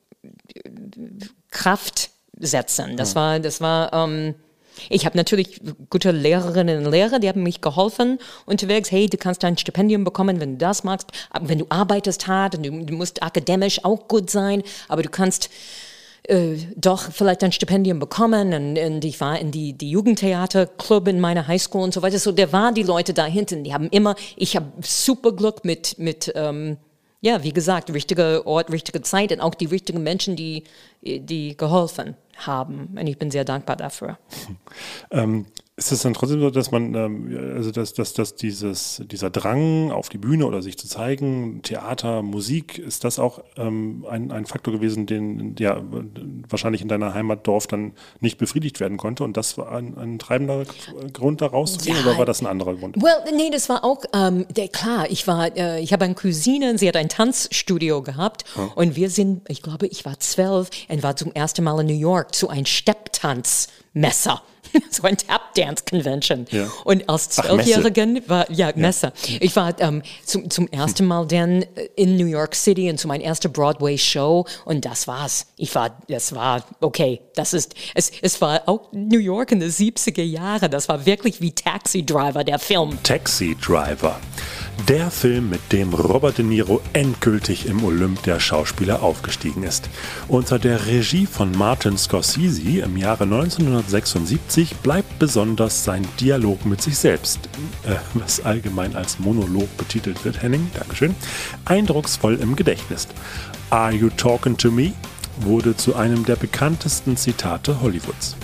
Kraft setzen. Das war, ich habe natürlich gute Lehrerinnen und Lehrer, die haben mich geholfen unterwegs. Hey, du kannst ein Stipendium bekommen, wenn du das magst, wenn du arbeitest hart und du musst akademisch auch gut sein, aber du kannst doch vielleicht ein Stipendium bekommen und ich war in die Jugendtheaterclub in meiner Highschool und so weiter. So, der waren die Leute da hinten, ich habe super Glück mit wie gesagt, richtiger Ort, richtige Zeit und auch die richtigen Menschen, die geholfen haben. Und ich bin sehr dankbar dafür. Ist es dann trotzdem so, dass man, dass dieser Drang auf die Bühne oder sich zu zeigen, Theater, Musik, ist das auch ein Faktor gewesen, den wahrscheinlich in deiner Heimatdorf dann nicht befriedigt werden konnte und das war ein treibender Grund, da rauszugehen oder war das ein anderer Grund? Nee, das war auch, klar, ich habe eine Cousine, sie hat ein Tanzstudio gehabt und ich glaube, ich war 12 und war zum ersten Mal in New York zu einem Stepptanzmesser. So ein Tap-Dance-Convention. Ja. Und als 12-Jährigen war, Messe. Ja. Ich war zum ersten Mal dann in New York City und zu meiner ersten Broadway-Show und das war's. Es war okay. Es war auch New York in den 70er Jahren. Das war wirklich wie Taxi Driver, der Film. Taxi Driver. Der Film, mit dem Robert De Niro endgültig im Olymp der Schauspieler aufgestiegen ist. Unter der Regie von Martin Scorsese im Jahre 1976 bleibt besonders sein Dialog mit sich selbst, was allgemein als Monolog betitelt wird, Henning, Dankeschön, eindrucksvoll im Gedächtnis. Are you talking to me? Wurde zu einem der bekanntesten Zitate Hollywoods.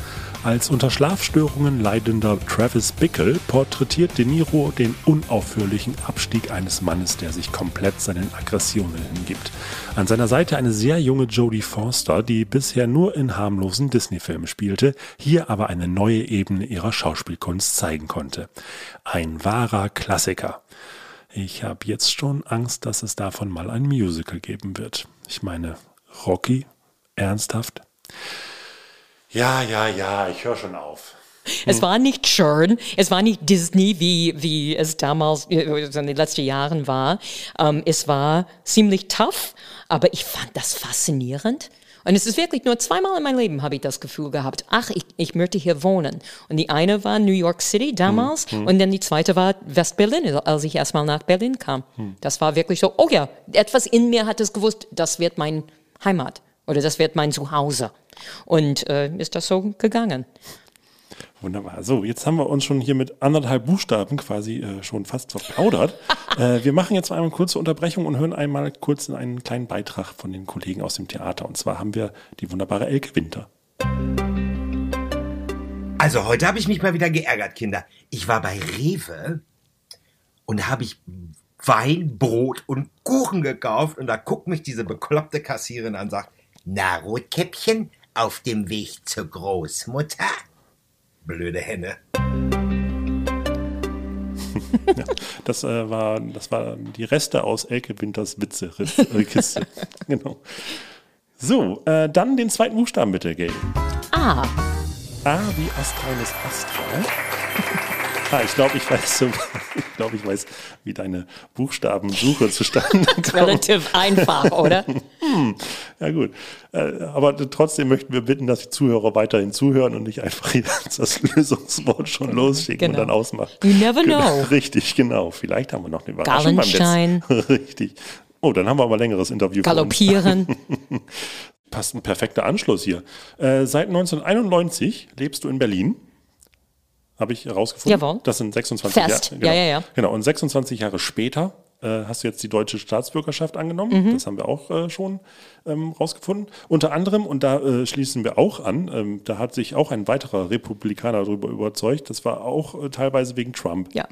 Als unter Schlafstörungen leidender Travis Bickle porträtiert De Niro den unaufhörlichen Abstieg eines Mannes, der sich komplett seinen Aggressionen hingibt. An seiner Seite eine sehr junge Jodie Foster, die bisher nur in harmlosen Disney-Filmen spielte, hier aber eine neue Ebene ihrer Schauspielkunst zeigen konnte. Ein wahrer Klassiker. Ich habe jetzt schon Angst, dass es davon mal ein Musical geben wird. Ich meine, Rocky? Ernsthaft? Ja, ich höre schon auf. Es war nicht schön, es war nicht Disney, wie es damals in den letzten Jahren war. Es war ziemlich tough, aber ich fand das faszinierend. Und es ist wirklich nur 2-mal in meinem Leben habe ich das Gefühl gehabt, ich möchte hier wohnen. Und die eine war New York City damals und dann die zweite war West-Berlin, als ich erstmal nach Berlin kam. Das war wirklich so, oh ja, etwas in mir hat es gewusst, das wird mein Heimat oder das wird mein Zuhause. Und ist das so gegangen. Wunderbar. So, jetzt haben wir uns schon hier mit 1,5 Buchstaben quasi schon fast verplaudert. Wir machen jetzt mal eine kurze Unterbrechung und hören einmal kurz einen kleinen Beitrag von den Kollegen aus dem Theater. Und zwar haben wir die wunderbare Elke Winter. Also heute habe ich mich mal wieder geärgert, Kinder. Ich war bei Rewe und da habe ich Wein, Brot und Kuchen gekauft und da guckt mich diese bekloppte Kassiererin an und sagt, na, Rotkäppchen, auf dem Weg zur Großmutter? Blöde Henne. Ja, das war die Reste aus Elke Winters Witze-Kiste. Genau. So, dann den zweiten Buchstaben bitte, Gail. A. A wie Astralis Astra. Ich glaube, ich weiß, wie deine Buchstabensuche zustande kommt. Relativ einfach, oder? Ja gut, aber trotzdem möchten wir bitten, dass die Zuhörer weiterhin zuhören und nicht einfach das Lösungswort schon losschicken und dann ausmachen. You never know. Richtig, genau. Vielleicht haben wir noch eine Überraschung Gallenstein. beim letzten. Richtig. Oh, dann haben wir aber ein längeres Interview. Galoppieren. Passt ein perfekter Anschluss hier. Seit 1991 lebst du in Berlin. Habe ich herausgefunden. Jawohl. Das sind 26 Fest. Jahre. Genau. Ja. Genau. Und 26 Jahre später hast du jetzt die deutsche Staatsbürgerschaft angenommen. Das haben wir auch schon rausgefunden. Unter anderem, und da schließen wir auch an, da hat sich auch ein weiterer Republikaner darüber überzeugt. Das war auch teilweise wegen Trump. Ja.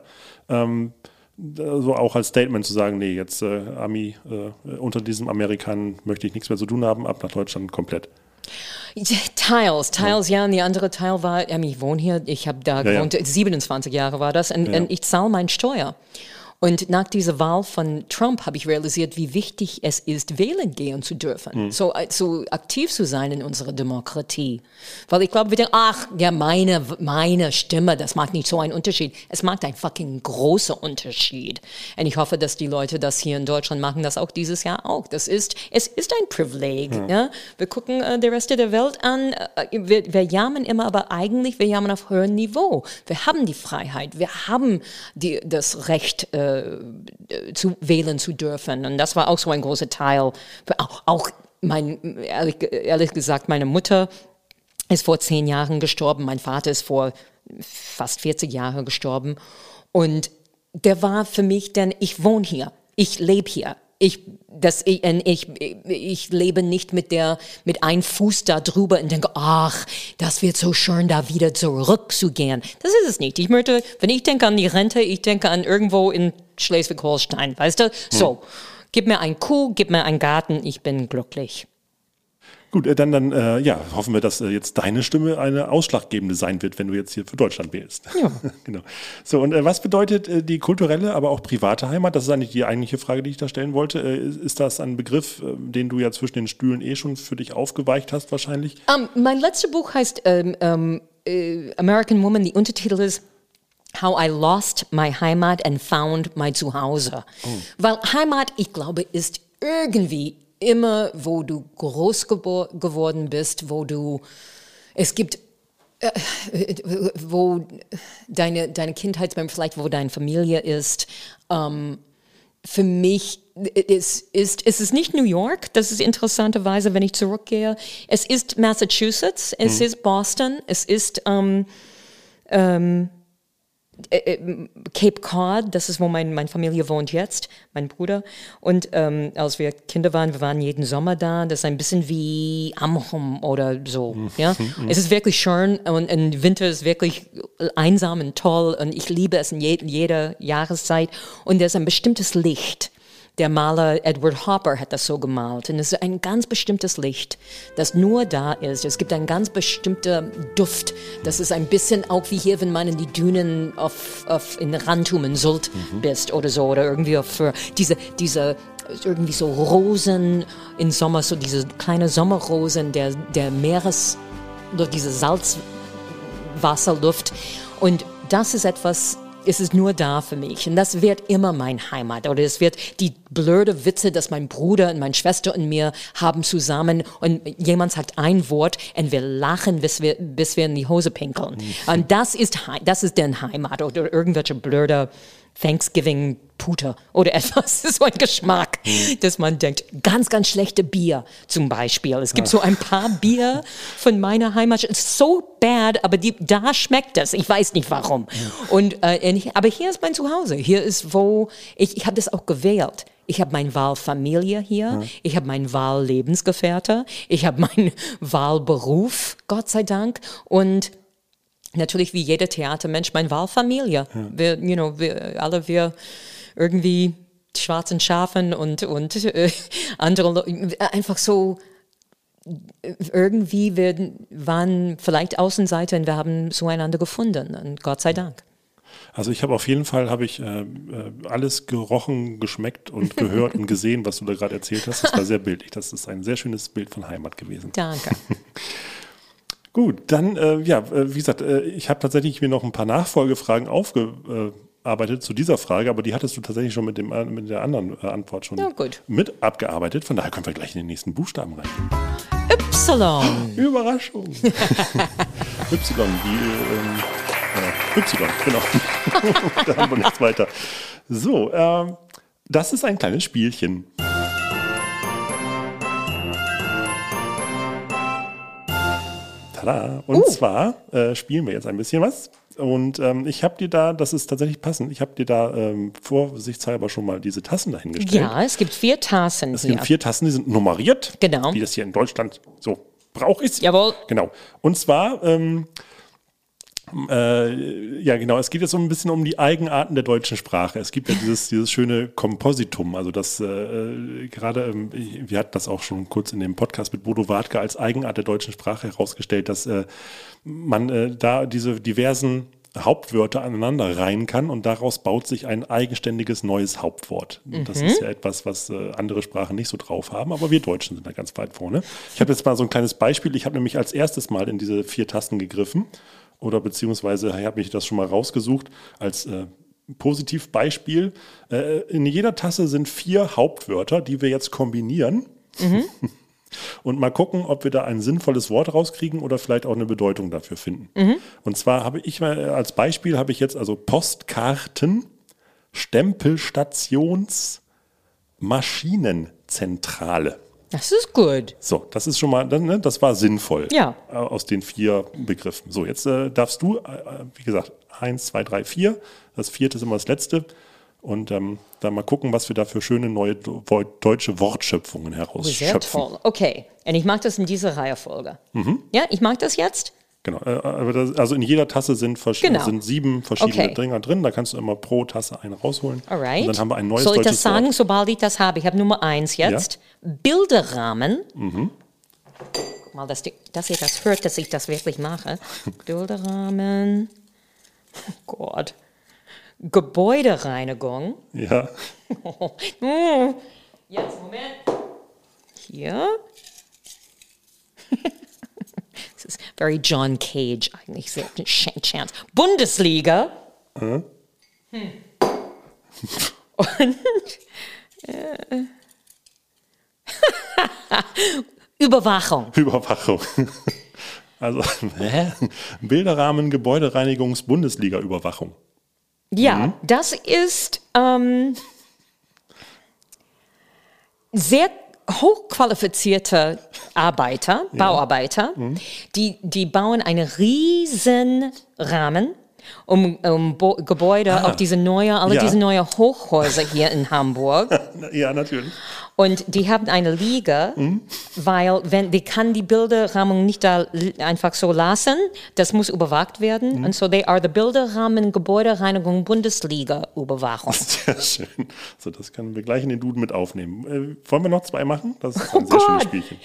So auch als Statement zu sagen, nee, jetzt unter diesem Amerikanern möchte ich nichts mehr zu tun haben, ab nach Deutschland komplett. Teils, ja, und die andere Teil war, ich wohne hier, ich habe da gewohnt, 27 Jahre war das, und ich zahle meine Steuer. Und nach dieser Wahl von Trump habe ich realisiert, wie wichtig es ist, wählen gehen zu dürfen, so aktiv zu sein in unserer Demokratie. Weil ich glaube, wir denken, meine Stimme, das macht nicht so einen Unterschied. Es macht einen fucking großen Unterschied. Und ich hoffe, dass die Leute das hier in Deutschland machen, das auch dieses Jahr auch. Es ist ein Privileg. Ja? Wir gucken der Rest der Welt an, wir jammern immer, aber eigentlich, wir jammern auf hohem Niveau. Wir haben die Freiheit, wir haben das Recht, zu wählen zu dürfen. Und das war auch so ein großer Teil. Auch ehrlich gesagt, meine Mutter ist vor 10 Jahren gestorben. Mein Vater ist vor fast 40 Jahren gestorben. Und der war für mich, denn ich wohne hier. Ich lebe hier. Ich lebe nicht mit einem Fuß da drüber und denke, das wird so schön, da wieder zurückzugehen. Das ist es nicht. Ich möchte, wenn ich denke an die Rente, ich denke an irgendwo in Schleswig-Holstein, weißt du? So, gib mir ein Kuh, gib mir einen Garten, ich bin glücklich. Gut, dann hoffen wir, dass jetzt deine Stimme eine ausschlaggebende sein wird, wenn du jetzt hier für Deutschland wählst. Ja. Genau. So, und was bedeutet die kulturelle, aber auch private Heimat? Das ist eigentlich die eigentliche Frage, die ich da stellen wollte. Ist das ein Begriff, den du ja zwischen den Stühlen schon für dich aufgeweicht hast wahrscheinlich? Mein letztes Buch heißt American Woman. Die Untertitel ist How I Lost My Heimat and Found My Zuhause. Weil Heimat, ich glaube, ist irgendwie immer, wo du groß geworden bist, wo deine Kindheitsmember, vielleicht wo deine Familie ist. Für mich ist es nicht New York, das ist interessanterweise, wenn ich zurückgehe. Es ist Massachusetts, es ist Boston, es ist Cape Cod, das ist, wo meine Familie wohnt jetzt, mein Bruder. Und als wir Kinder waren, wir waren jeden Sommer da. Das ist ein bisschen wie Amrum oder so. Ja? Es ist wirklich schön und im Winter ist wirklich einsam und toll und ich liebe es in jeder Jahreszeit. Und da ist ein bestimmtes Licht. Der Maler Edward Hopper hat das so gemalt. Und es ist ein ganz bestimmtes Licht, das nur da ist. Es gibt einen ganz bestimmten Duft. Das ist ein bisschen auch wie hier, wenn man in die Dünen in Rantum in Sylt bist oder so. Oder irgendwie für diese irgendwie so Rosen im Sommer, so diese kleine Sommerrosen der diese Salzwasserluft. Und das ist etwas, es ist nur da für mich und das wird immer mein Heimat oder es wird die blöde Witze, dass mein Bruder und meine Schwester und mir haben zusammen und jemand sagt ein Wort und wir lachen, bis wir in die Hose pinkeln. Und das ist deren Heimat oder irgendwelche blöde Thanksgiving-Pute oder etwas, so ein Geschmack, dass man denkt, ganz, ganz schlechte Bier zum Beispiel. Es gibt so ein paar Bier von meiner Heimat, it's so bad, aber da schmeckt es. Ich weiß nicht warum. Aber hier ist mein Zuhause. Hier ist, wo ich habe das auch gewählt. Ich habe meine Wahlfamilie hier, ich habe meinen Wahllebensgefährte, ich habe meinen Wahlberuf, Gott sei Dank, und natürlich wie jeder Theatermensch, meine Wahlfamilie. Wir irgendwie schwarzen Schafen und andere Leute, einfach so, irgendwie wir waren vielleicht Außenseiter und wir haben zueinander gefunden und Gott sei Dank. Also ich habe auf jeden Fall alles gerochen, geschmeckt und gehört und gesehen, was du da gerade erzählt hast. Das war sehr bildlich. Das ist ein sehr schönes Bild von Heimat gewesen. Danke. Gut, dann, wie gesagt, ich habe tatsächlich mir noch ein paar Nachfolgefragen aufgearbeitet zu dieser Frage, aber die hattest du tatsächlich schon mit der anderen Antwort schon mit abgearbeitet. Von daher können wir gleich in den nächsten Buchstaben rein. Y. Überraschung. Y, Y, genau. Da haben wir nichts weiter. So, das ist ein kleines Spielchen. Tada. Und zwar spielen wir jetzt ein bisschen was. Und ich habe dir da, das ist tatsächlich passend, ich habe dir da vorsichtshalber schon mal diese Tassen dahingestellt. Ja, es gibt 4 Tassen. Es gibt 4 Tassen, die sind nummeriert. Genau. Wie das hier in Deutschland so Brauch ist. Jawohl. Genau. Und zwar, es geht jetzt so ein bisschen um die Eigenarten der deutschen Sprache. Es gibt ja dieses schöne Kompositum, also das gerade, wir hatten das auch schon kurz in dem Podcast mit Bodo Wartke als Eigenart der deutschen Sprache herausgestellt, dass man da diese diversen Hauptwörter aneinander reihen kann und daraus baut sich ein eigenständiges neues Hauptwort. Das ist ja etwas, was andere Sprachen nicht so drauf haben, aber wir Deutschen sind da ganz weit vorne. Ich habe jetzt mal so ein kleines Beispiel. Ich habe nämlich als erstes mal in diese 4 Tasten gegriffen. Oder beziehungsweise ich habe mich das schon mal rausgesucht als Positivbeispiel. In jeder Tasse sind 4 Hauptwörter, die wir jetzt kombinieren. Und mal gucken, ob wir da ein sinnvolles Wort rauskriegen oder vielleicht auch eine Bedeutung dafür finden. Und zwar habe ich mal als Beispiel jetzt also Postkarten, Stempelstations, Maschinenzentrale. Das ist gut. So, das ist schon mal, das war sinnvoll. Ja. Aus den 4 Begriffen. So, jetzt darfst du, wie gesagt, 1, 2, 3, 4. Das 4. ist immer das letzte. Und dann mal gucken, was wir da für schöne neue deutsche Wortschöpfungen herausschöpfen. Sehr toll. Okay. Und ich mag das in dieser Reihenfolge. Ja, ich mag das jetzt. Genau. Also in jeder Tasse sind 7 verschiedene Dinger drin. Da kannst du immer pro Tasse eine rausholen. Alright. Und dann haben wir ein neues deutsches Wort. Soll ich das sagen, Wort. sobald ich das habe? Ich habe Nummer 1 jetzt. Ja? Bilderrahmen. Guck mal, dass ihr das hört, dass ich das wirklich mache. Bilderrahmen. Oh Gott. Gebäudereinigung. Ja. Jetzt, Moment. Hier. Das ist very John Cage eigentlich. Sehr Chance. Bundesliga. Und Überwachung. Überwachung. Also Bilderrahmen, Gebäudereinigungs, Bundesliga-Überwachung. Ja, das ist sehr hochqualifizierte Bauarbeiter, die bauen einen riesen Rahmen Gebäude, auch diese neue Hochhäuser hier in Hamburg. Ja, natürlich. Und die haben eine Liga, weil die kann die Bilderrahmung nicht da einfach so lassen. Das muss überwacht werden. Und so they are the Bilderrahmen Gebäudereinigung Bundesliga Überwachung. Sehr schön. So, das können wir gleich in den Duden mit aufnehmen. Wollen wir noch 2 machen? Das ist ein sehr schönes Spielchen.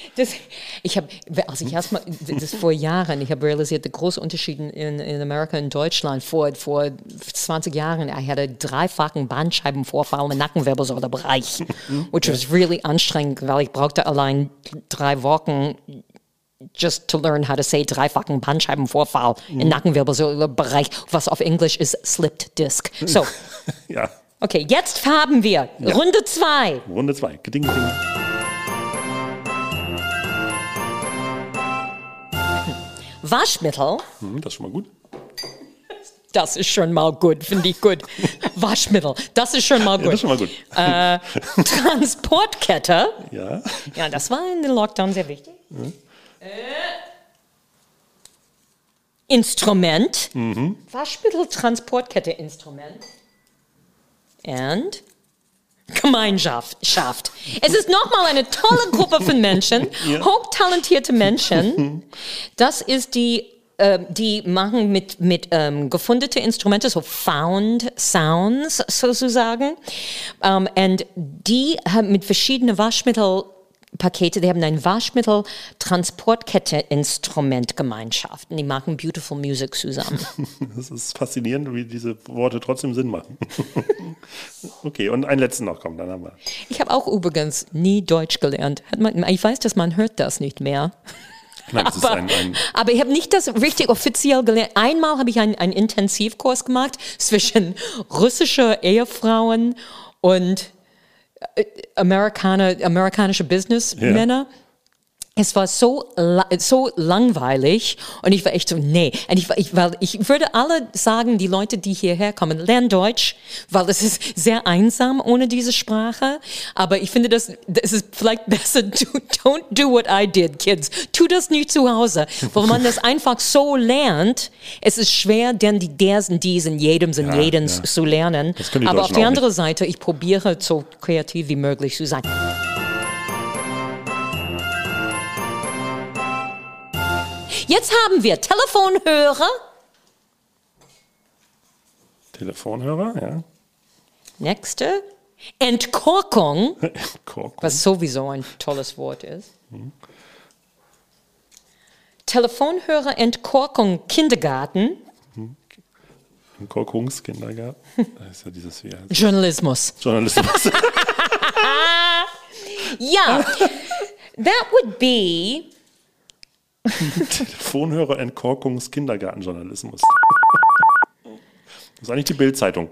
Das vor Jahren, ich habe realisiert, der große Unterschied in Amerika und Deutschland vor 20 Jahren, ich hatte 3-fachen Bandscheibenvorfall im Nackenwirbelsäulebereich, which was really anstrengend, weil ich brauchte allein 3 Wochen just to learn how to say 3-fachen Bandscheibenvorfall im Nackenwirbelsäulebereich, was auf Englisch ist Slipped Disc. So, Ja. okay, jetzt haben wir Runde 2. Runde 2. Geding, geding. Waschmittel. Das ist schon mal gut. Das ist schon mal gut, finde ich gut. Waschmittel, das ist schon mal gut. Ja, das ist schon mal gut. Transportkette. Ja. Ja, das war in den Lockdown sehr wichtig. Instrument. Waschmittel, Transportkette, Instrument. Und Gemeinschaft. Es ist nochmal eine tolle Gruppe von Menschen, hochtalentierte Menschen. Das ist die machen mit gefundete Instrumente, so Found Sounds sozusagen. Und die haben mit verschiedenen Waschmittelpakete, die haben ein Waschmittel-Transportkette-Instrument-Gemeinschaft. Und die machen Beautiful Music zusammen. Das ist faszinierend, wie diese Worte trotzdem Sinn machen. Okay, und einen letzten noch, komm, dann haben wir. Ich habe auch übrigens nie Deutsch gelernt. Ich weiß, dass man hört das nicht mehr. Nein, das ist aber ich habe nicht das richtig offiziell gelernt. Einmal habe ich einen Intensivkurs gemacht zwischen russischer Ehefrauen und amerikanische Businessmänner. Es war so langweilig und ich war echt so, nee. Und ich würde alle sagen, die Leute, die hierher kommen, lernen Deutsch, weil es ist sehr einsam ohne diese Sprache. Aber ich finde, das ist vielleicht besser, don't do what I did, kids. Tu das nicht zu Hause. Weil man das einfach so lernt, es ist schwer, denn die jedem zu lernen. Aber auf die andere Seite, ich probiere so kreativ wie möglich zu sein. Jetzt haben wir Telefonhörer. Telefonhörer, ja. Nächste. Entkorkung. Entkorkung. Was sowieso ein tolles Wort ist. Telefonhörer, Entkorkung, Kindergarten. Entkorkungskindergarten. Da ist ja dieses Journalismus. Ja, that would be... Telefonhörer, Entkorkungs-Kindergartenjournalismus. Das ist eigentlich die Bild-Zeitung.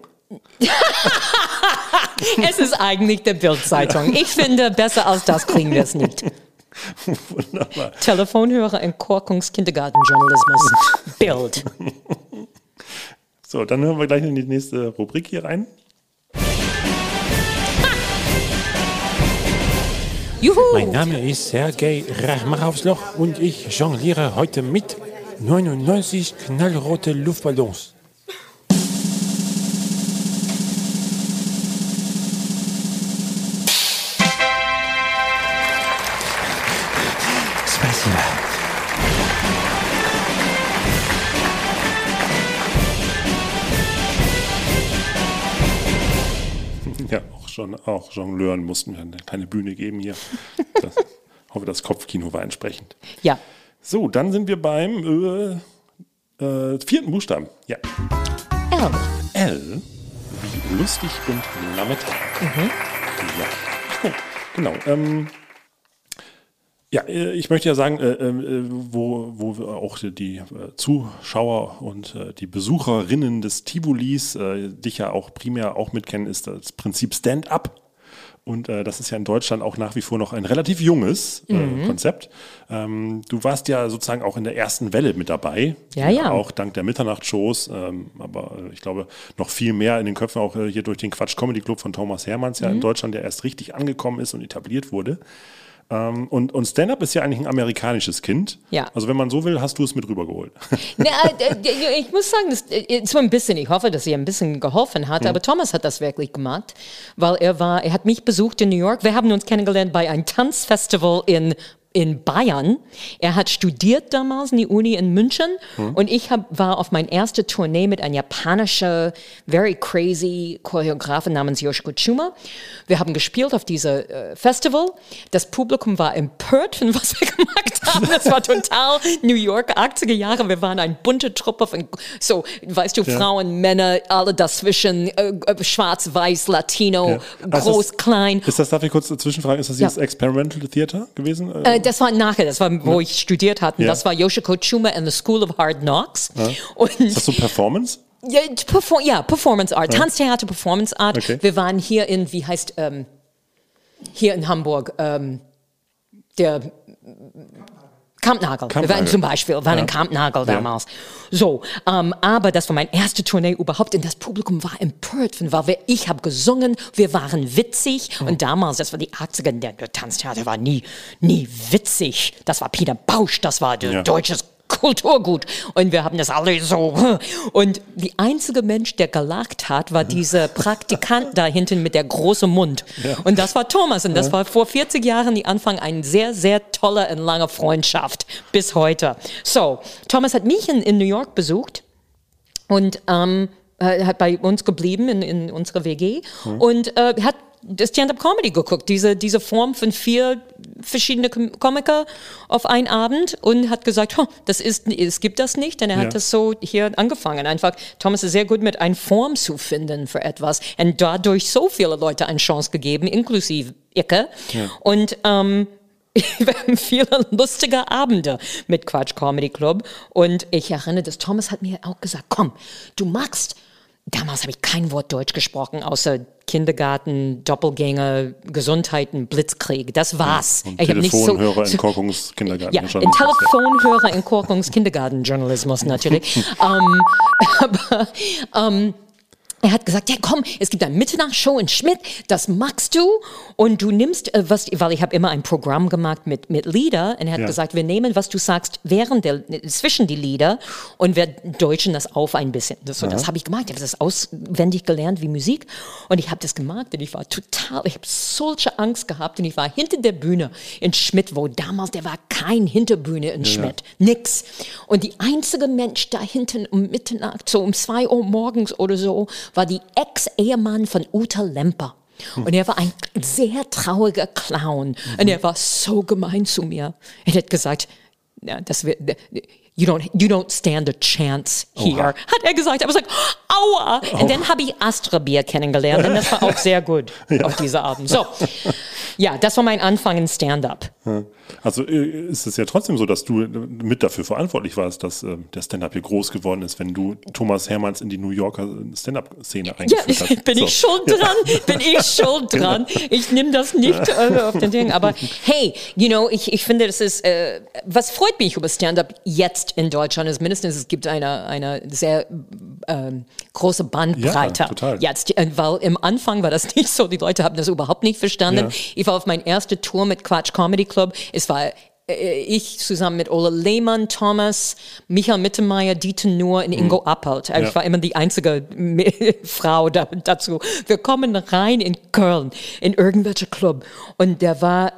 Es ist eigentlich der Bild-Zeitung. Ich finde, besser als das kriegen wir es nicht. Wunderbar. Telefonhörer, Entkorkungs-Kindergartenjournalismus. Bild. So, dann hören wir gleich in die nächste Rubrik hier rein. Juhu. Mein Name ist Sergei Rachmachowsloch und ich jongliere heute mit 99 knallrote Luftballons. Spasiba. Ja, auch Jongleuren mussten wir eine kleine Bühne geben hier. Ich hoffe, das Kopfkino war entsprechend. Ja. So, dann sind wir beim 4. Buchstaben. Ja. L. L wie lustig und Lametta. Ja. Genau. Ja, ich möchte ja sagen, wo wir auch die Zuschauer und die Besucherinnen des Tivolis dich ja auch primär auch mitkennen, ist das Prinzip Stand-up. Und das ist ja in Deutschland auch nach wie vor noch ein relativ junges Konzept. Du warst ja sozusagen auch in der ersten Welle mit dabei. Ja. Auch dank der Mitternachtsshows, aber ich glaube noch viel mehr in den Köpfen auch hier durch den Quatsch Comedy Club von Thomas Hermanns ja in Deutschland ja erst richtig angekommen ist und etabliert wurde. Und Stand-up ist ja eigentlich ein amerikanisches Kind. Ja. Also wenn man so will, hast du es mit rübergeholt. Na, ich muss sagen, so ein bisschen, ich hoffe, dass ihr ein bisschen geholfen hat, aber Thomas hat das wirklich gemacht, weil er hat mich besucht in New York. Wir haben uns kennengelernt bei einem Tanzfestival in Bayern. Er hat studiert damals in die Uni in München und ich war auf meine erste Tournee mit einem japanischen, very crazy Choreografen namens Yoshiko Chuma. Wir haben gespielt auf diesem Festival. Das Publikum war empört von was wir gemacht haben. Das war total New York, 80er Jahre. Wir waren eine bunte Truppe von, so, weißt du, Frauen, Männer, alle dazwischen, schwarz, weiß, Latino, groß, klein. Darf ich kurz zwischenfragen, ist das dieses Experimental Theater gewesen? Das war nachher, das war, wo ich studiert hatte. Das war Yoshiko Chuma and the School of Hard Knocks. Ja. Und ist das so Performance? Ja, Performance Art, Tanztheater, Performance Art. Okay. Wir waren hier hier in Hamburg, der Kampnagel. Wir waren zum Beispiel, in Kampnagel damals. So, aber das war meine erste Tournee überhaupt und das Publikum war empört, weil ich habe gesungen, wir waren witzig und damals, das war die 80er, der Tanztheater war nie witzig. Das war Peter Bausch, das war deutsches Kulturgut. Und wir haben das alle so. Und die einzige Mensch, der gelacht hat, war dieser Praktikant da hinten mit der großen Mund. Ja. Und das war Thomas. Und das war vor 40 Jahren die Anfang eine sehr, sehr tolle und lange Freundschaft bis heute. So, Thomas hat mich in New York besucht und hat bei uns geblieben in unserer WG und hat das Stand-up-Comedy geguckt, diese Form von 4 verschiedene Komiker auf einen Abend und hat gesagt, es gibt das nicht. Und er hat das so hier angefangen. Einfach, Thomas ist sehr gut mit einer Form zu finden für etwas und dadurch so viele Leute eine Chance gegeben, inklusive Icke. Ja. Und wir haben viele lustige Abende mit Quatsch Comedy Club und ich erinnere, dass Thomas hat mir auch gesagt, komm, du magst. Damals habe ich kein Wort Deutsch gesprochen, außer Kindergarten, Doppelgänger, Gesundheiten, Blitzkrieg. Das war's. Und Telefonhörer in Korkungs Kindergarten. Ja, Telefonhörer in Korkungs Kindergartenjournalismus natürlich. Er hat gesagt, ja komm, es gibt eine Mitternachtshow in Schmidt, das magst du und du nimmst weil ich habe immer ein Programm gemacht mit Lieder und er hat gesagt, wir nehmen, was du sagst, zwischen die Lieder und wir deutschen das auf ein bisschen. Das habe ich gemacht, ich habe das auswendig gelernt wie Musik und ich habe das gemacht und ich habe solche Angst gehabt und ich war hinter der Bühne in Schmidt, wo damals, der war kein Hinterbühne in Schmidt, nix. Und die einzige Mensch da hinten um Mitternacht, so um 2 Uhr morgens oder so, war die Ex-Ehemann von Uta Lemper. Und er war ein sehr trauriger Clown. Und er war so gemein zu mir. Er hat gesagt, you don't stand a chance here. Oha. Hat er gesagt. Aber ich gesagt, aua. Und dann habe ich Astra Bier kennengelernt. Und das war auch sehr gut auf diese Abend. So, ja, das war mein Anfang in Stand-up. Also ist es ja trotzdem so, dass du mit dafür verantwortlich warst, dass der Stand-up hier groß geworden ist, wenn du Thomas Hermanns in die New Yorker Stand-up-Szene eingeführt hast. Ja, bin ich schuld dran. Ich nehme das nicht auf den Ding. Aber hey, ich finde, das ist, was freut mich über Stand-up jetzt in Deutschland ist mindestens, es gibt eine sehr große Bandbreite. Ja, total. Jetzt, weil im Anfang war das nicht so, die Leute haben das überhaupt nicht verstanden. Ja. Ich war auf meine erste Tour mit Quatsch Comedy Club. Es war ich zusammen mit Ole Lehmann, Thomas, Michael Mittermeier, Dieter Nuhr und Ingo Appelt. Ich war immer die einzige Frau dazu. Wir kommen rein in Köln, in irgendwelche Club. Und der war,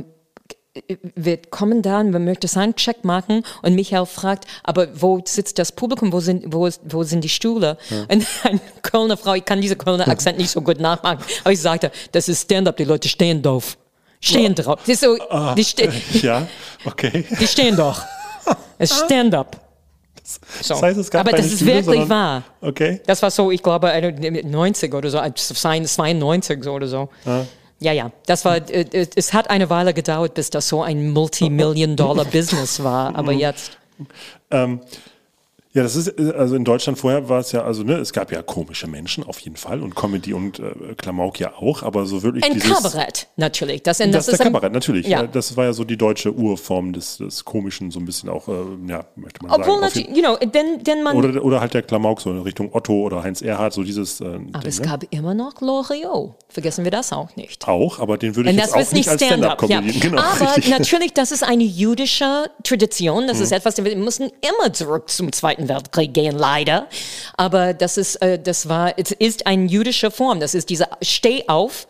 wir kommen da und wir möchten Soundcheck machen und Michael fragt, aber wo sitzt das Publikum, wo sind die Stühle? Ja. Und eine Kölner Frau, ich kann diese Kölner Akzent nicht so gut nachmachen, aber ich sagte, das ist Stand-up, die Leute stehen drauf. Stehen drauf. Das ist so, ja, okay. Die stehen doch. Es ist Stand-up. So. Das heißt, es gab aber das ist Stühle, wirklich wahr. Okay. Das war so, ich glaube, 90 oder so, 92 oder so. Ja. Das war, es hat eine Weile gedauert, bis das so ein Multi-Million-Dollar-Business war, aber jetzt. Ja, das ist, also in Deutschland vorher war es ja, also es gab ja komische Menschen auf jeden Fall und Comedy und Klamauk ja auch, aber so wirklich Ein dieses... Kabarett, natürlich. Das ist ist der Kabarett, natürlich. Ja. Ja, das war ja so die deutsche Urform des Komischen, so ein bisschen auch, möchte man Obwohl sagen. natürlich, denn man... Oder halt der Klamauk, so in Richtung Otto oder Heinz Erhardt, so dieses aber Ding, es gab immer noch Loriot. Vergessen wir das auch nicht. Auch, aber den würde ich Und jetzt das auch ist nicht als Stand-Up-Comedian. Ja. Genau, Aber richtig. natürlich, das ist eine jüdische Tradition. Das ist etwas, wir mussten immer zurück zum Zweiten Weltkrieg gehen, leider. Aber es ist eine jüdische Form. Das ist diese Steh auf,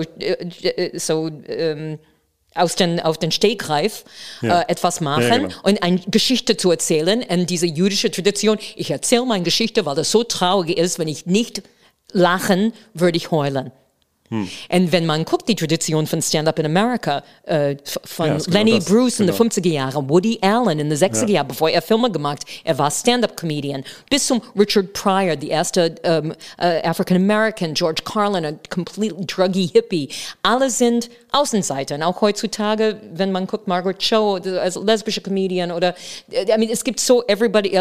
auf den Stegreif etwas machen Ja, genau. und eine Geschichte zu erzählen. Und diese jüdische Tradition, ich erzähle meine Geschichte, weil das so traurig ist, wenn ich nicht lachen, würde ich heulen. Und wenn man guckt, die Tradition von Stand-Up in America, von Ja, ist genau Lenny das. Bruce in den Genau. 50er Jahren, Woody Allen in den 60er Jahren, bevor er Filme gemacht, er war Stand-Up-Comedian, bis zum Richard Pryor, die erste African-American, George Carlin, ein completely druggy Hippie. Alle sind Außenseiter. Und auch heutzutage, wenn man guckt, Margaret Cho als lesbische Comedian oder, es gibt so everybody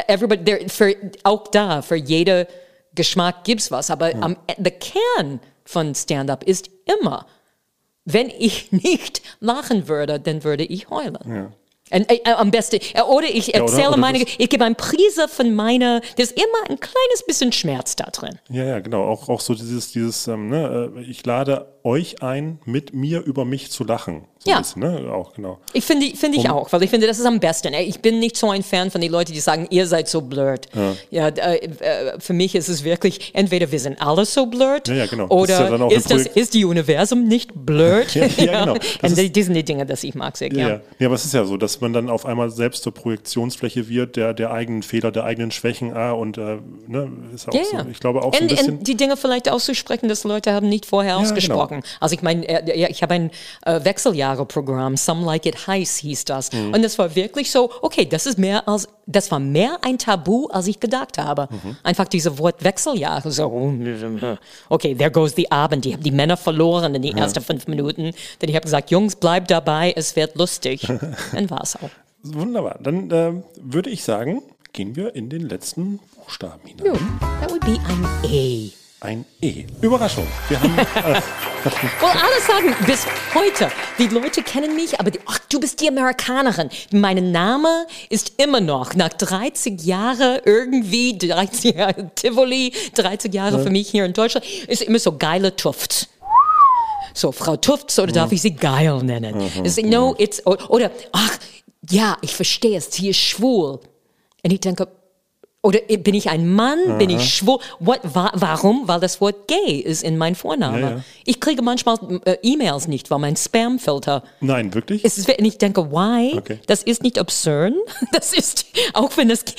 auch da, für jede Geschmack gibt's was. Aber der Kern von Stand-Up ist immer, wenn ich nicht lachen würde, dann würde ich heulen. Ja. Und, am besten, oder ich erzähle ich gebe eine Prise von meiner, da ist immer ein kleines bisschen Schmerz da drin. Ja, genau. Auch so dieses ich lade euch ein, mit mir über mich zu lachen. So ein bisschen, ne? Auch, genau. Ich finde ich auch, weil ich finde, das ist am besten. Ich bin nicht so ein Fan von den Leuten, die sagen, ihr seid so blöd. Ja. Für mich ist es wirklich, entweder wir sind alle so blöd, genau. oder ist die Universum nicht blöd? ja, genau. Und die sind die Dinge, die ich mag sehr gerne. Ja, aber es ist ja so, dass man dann auf einmal selbst zur Projektionsfläche wird, der eigenen Fehler, der eigenen Schwächen, ist auch so. Ich glaube auch so ein bisschen... Und die Dinge vielleicht auszusprechen, dass Leute haben nicht vorher ausgesprochen. Genau. Also ich meine, ich habe ein Wechseljahre-Programm, Some Like It Heiß hieß das. Und das war wirklich so, okay, das war mehr ein Tabu, als ich gedacht habe. Einfach diese Wort Wechseljahre, so, okay, there goes the Abend. Die haben die Männer verloren in die ersten 5 Minuten. Denn ich habe gesagt, Jungs, bleibt dabei, es wird lustig. Dann war es auch. Wunderbar. Dann würde ich sagen, gehen wir in den letzten Buchstaben hinein. That would be ein E. Ein E. Überraschung. Wir haben... Well, alle sagen bis heute, die Leute kennen mich, aber du bist die Amerikanerin. Mein Name ist immer noch, nach 30 Jahren irgendwie, 30 Jahre Tivoli, 30 Jahre für mich hier in Deutschland, ist immer so geile Tufts. So, Frau Tufts, oder darf ich sie geil nennen? Oder, ich verstehe es, sie ist schwul. Und ich denke, oder bin ich ein Mann? Bin ich schwul? Warum? Weil das Wort gay ist in meinem Vorname. Ja. Ich kriege manchmal E-Mails nicht, weil mein Spam-Filter... Nein, wirklich? Und ich denke, why? Okay. Das ist nicht absurd. Das ist, auch wenn es,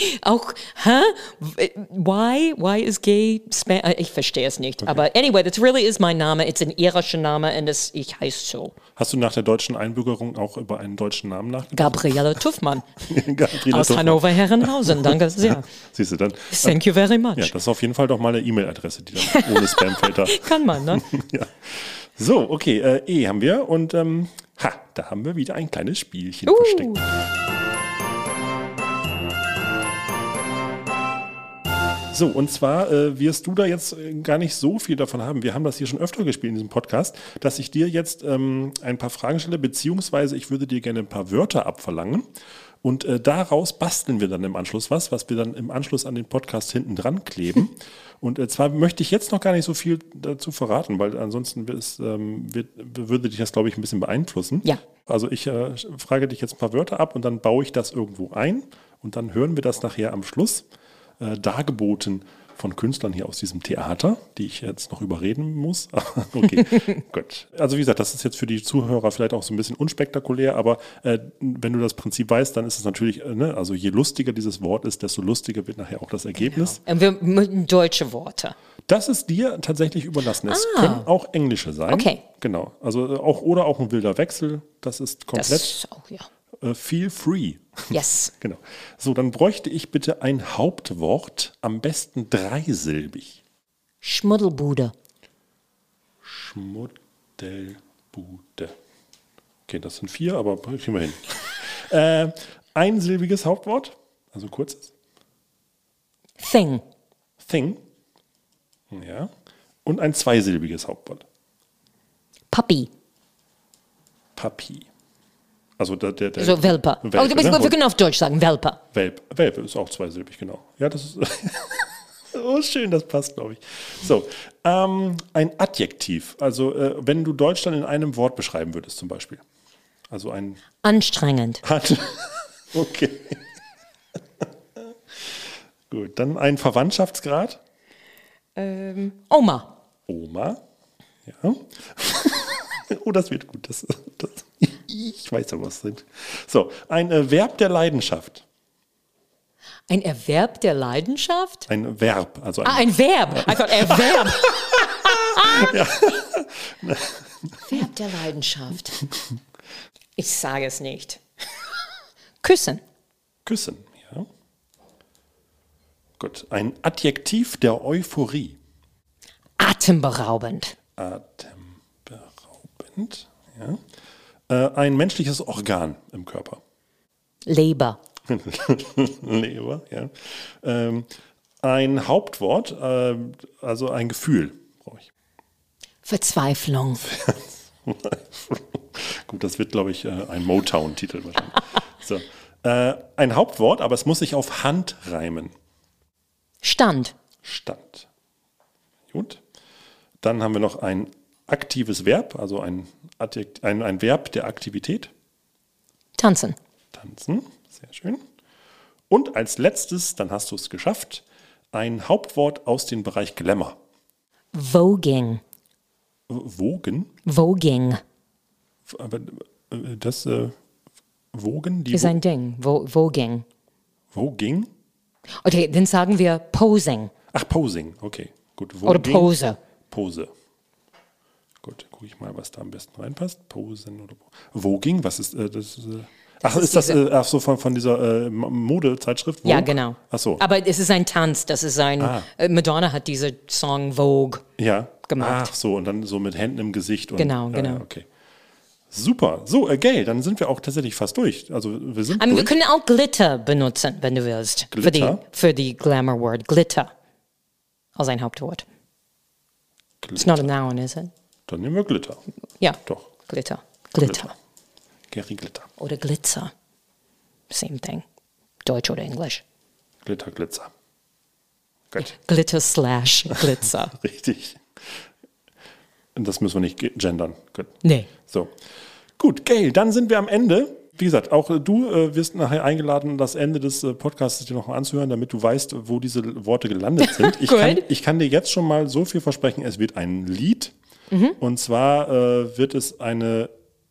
why is gay Spam? Ich verstehe es nicht. Okay. Aber anyway, das really ist mein Name. Es ist ein irischer Name und ich heiße so. Hast du nach der deutschen Einbürgerung auch über einen deutschen Namen nachgedacht? Gabriele Tuffmann. Gabriele aus Tuffmann. Hannover-Herrenhausen. Danke sehr. Siehst du dann? Thank you very much. Ja, das ist auf jeden Fall doch mal eine E-Mail-Adresse, die dann ohne Spamfilter. Kann man, ne? Ja. So, okay, E haben wir und da haben wir wieder ein kleines Spielchen versteckt. So, und zwar wirst du da jetzt gar nicht so viel davon haben. Wir haben das hier schon öfter gespielt in diesem Podcast, dass ich dir jetzt ein paar Fragen stelle, beziehungsweise ich würde dir gerne ein paar Wörter abverlangen. Und daraus basteln wir dann im Anschluss was wir dann im Anschluss an den Podcast hinten dran kleben. Und zwar möchte ich jetzt noch gar nicht so viel dazu verraten, weil ansonsten würde dich das, glaube ich, ein bisschen beeinflussen. Ja. Also ich frage dich jetzt ein paar Wörter ab und dann baue ich das irgendwo ein und dann hören wir das nachher am Schluss dargeboten von Künstlern hier aus diesem Theater, die ich jetzt noch überreden muss. Okay, gut. Also wie gesagt, das ist jetzt für die Zuhörer vielleicht auch so ein bisschen unspektakulär, aber wenn du das Prinzip weißt, dann ist es natürlich, also je lustiger dieses Wort ist, desto lustiger wird nachher auch das Ergebnis. Genau. Und wir deutsche Worte. Das ist dir tatsächlich überlassen. Es können auch englische sein. Okay. Genau. Also auch ein wilder Wechsel. Das ist komplett. Das ist auch, ja. Feel free. Yes. Genau. So, dann bräuchte ich bitte ein Hauptwort, am besten dreisilbig. Schmuddelbude. Schmuddelbude. Okay, das sind 4, aber kriegen wir hin. Einsilbiges Hauptwort, also kurzes. Thing. Thing. Ja. Und ein zweisilbiges Hauptwort. Puppy. Puppy. Also der Also Welpe. Welpe, Wir ne? können auf Deutsch sagen Welpe. Welpe ist auch zweisilbig, genau. Ja, das ist oh, schön, das passt, glaube ich. So, ein Adjektiv. Also, wenn du Deutschland in einem Wort beschreiben würdest, zum Beispiel. Also ein Anstrengend. Okay. Gut, dann ein Verwandtschaftsgrad. Oma. Oma. Ja. Oh, das wird gut. Ich weiß ja, was sind. So, ein Verb der Leidenschaft. Ein Erwerb der Leidenschaft? Ein Verb. Also Ein Verb. I thought Erwerb. Verb der Leidenschaft. Ich sage es nicht. Küssen. Küssen, ja. Gut, ein Adjektiv der Euphorie. Atemberaubend. Atemberaubend, ja. Ein menschliches Organ im Körper. Leber. Leber, ja. Ein Hauptwort, also ein Gefühl, brauche ich. Verzweiflung. Gut, das wird, glaube ich, ein Motown-Titel wahrscheinlich. So. Ein Hauptwort, aber es muss sich auf Hand reimen. Stand. Stand. Gut. Dann haben wir noch ein aktives Verb, also ein Verb der Aktivität. Tanzen. Tanzen, sehr schön. Und als letztes, dann hast du es geschafft, ein Hauptwort aus dem Bereich Glamour. Voging. Wogen? Voging. Aber das Wogen? Ist ein Ding. Voging. Voging? Okay, dann sagen wir Posing. Ach, Posing, okay. Gut. Oder Pose. Pose. Gut, gucke ich mal, was da am besten reinpasst. Posen oder Voging, was ist das? Ach, ist das so von dieser Modezeitschrift? Vogue? Ja, genau. Ach so. Aber es ist ein Tanz, das ist ein, Madonna hat diese Song Vogue gemacht. Ach so, und dann so mit Händen im Gesicht. Und, Genau. Okay. Super. So, Gail, dann sind wir auch tatsächlich fast durch. Also wir sind durch. Wir können auch Glitter benutzen, wenn du willst. Glitter? Für die Glamour-Word. Glitter. Als ein Hauptwort. Glitter. It's not a noun, is it? Dann nehmen wir Glitter. Ja. Doch. Glitter. Gary Glitter. Oder Glitzer. Same thing. Deutsch oder Englisch. Glitter, Glitzer. Gut. Glitter/Glitzer. Richtig. Und das müssen wir nicht gendern. Gut. Nee. So. Gut, Gail, dann sind wir am Ende. Wie gesagt, auch du wirst nachher eingeladen, das Ende des Podcasts dir nochmal anzuhören, damit du weißt, wo diese Worte gelandet sind. Ich kann dir jetzt schon mal so viel versprechen, es wird ein Lied. Und zwar wird es eine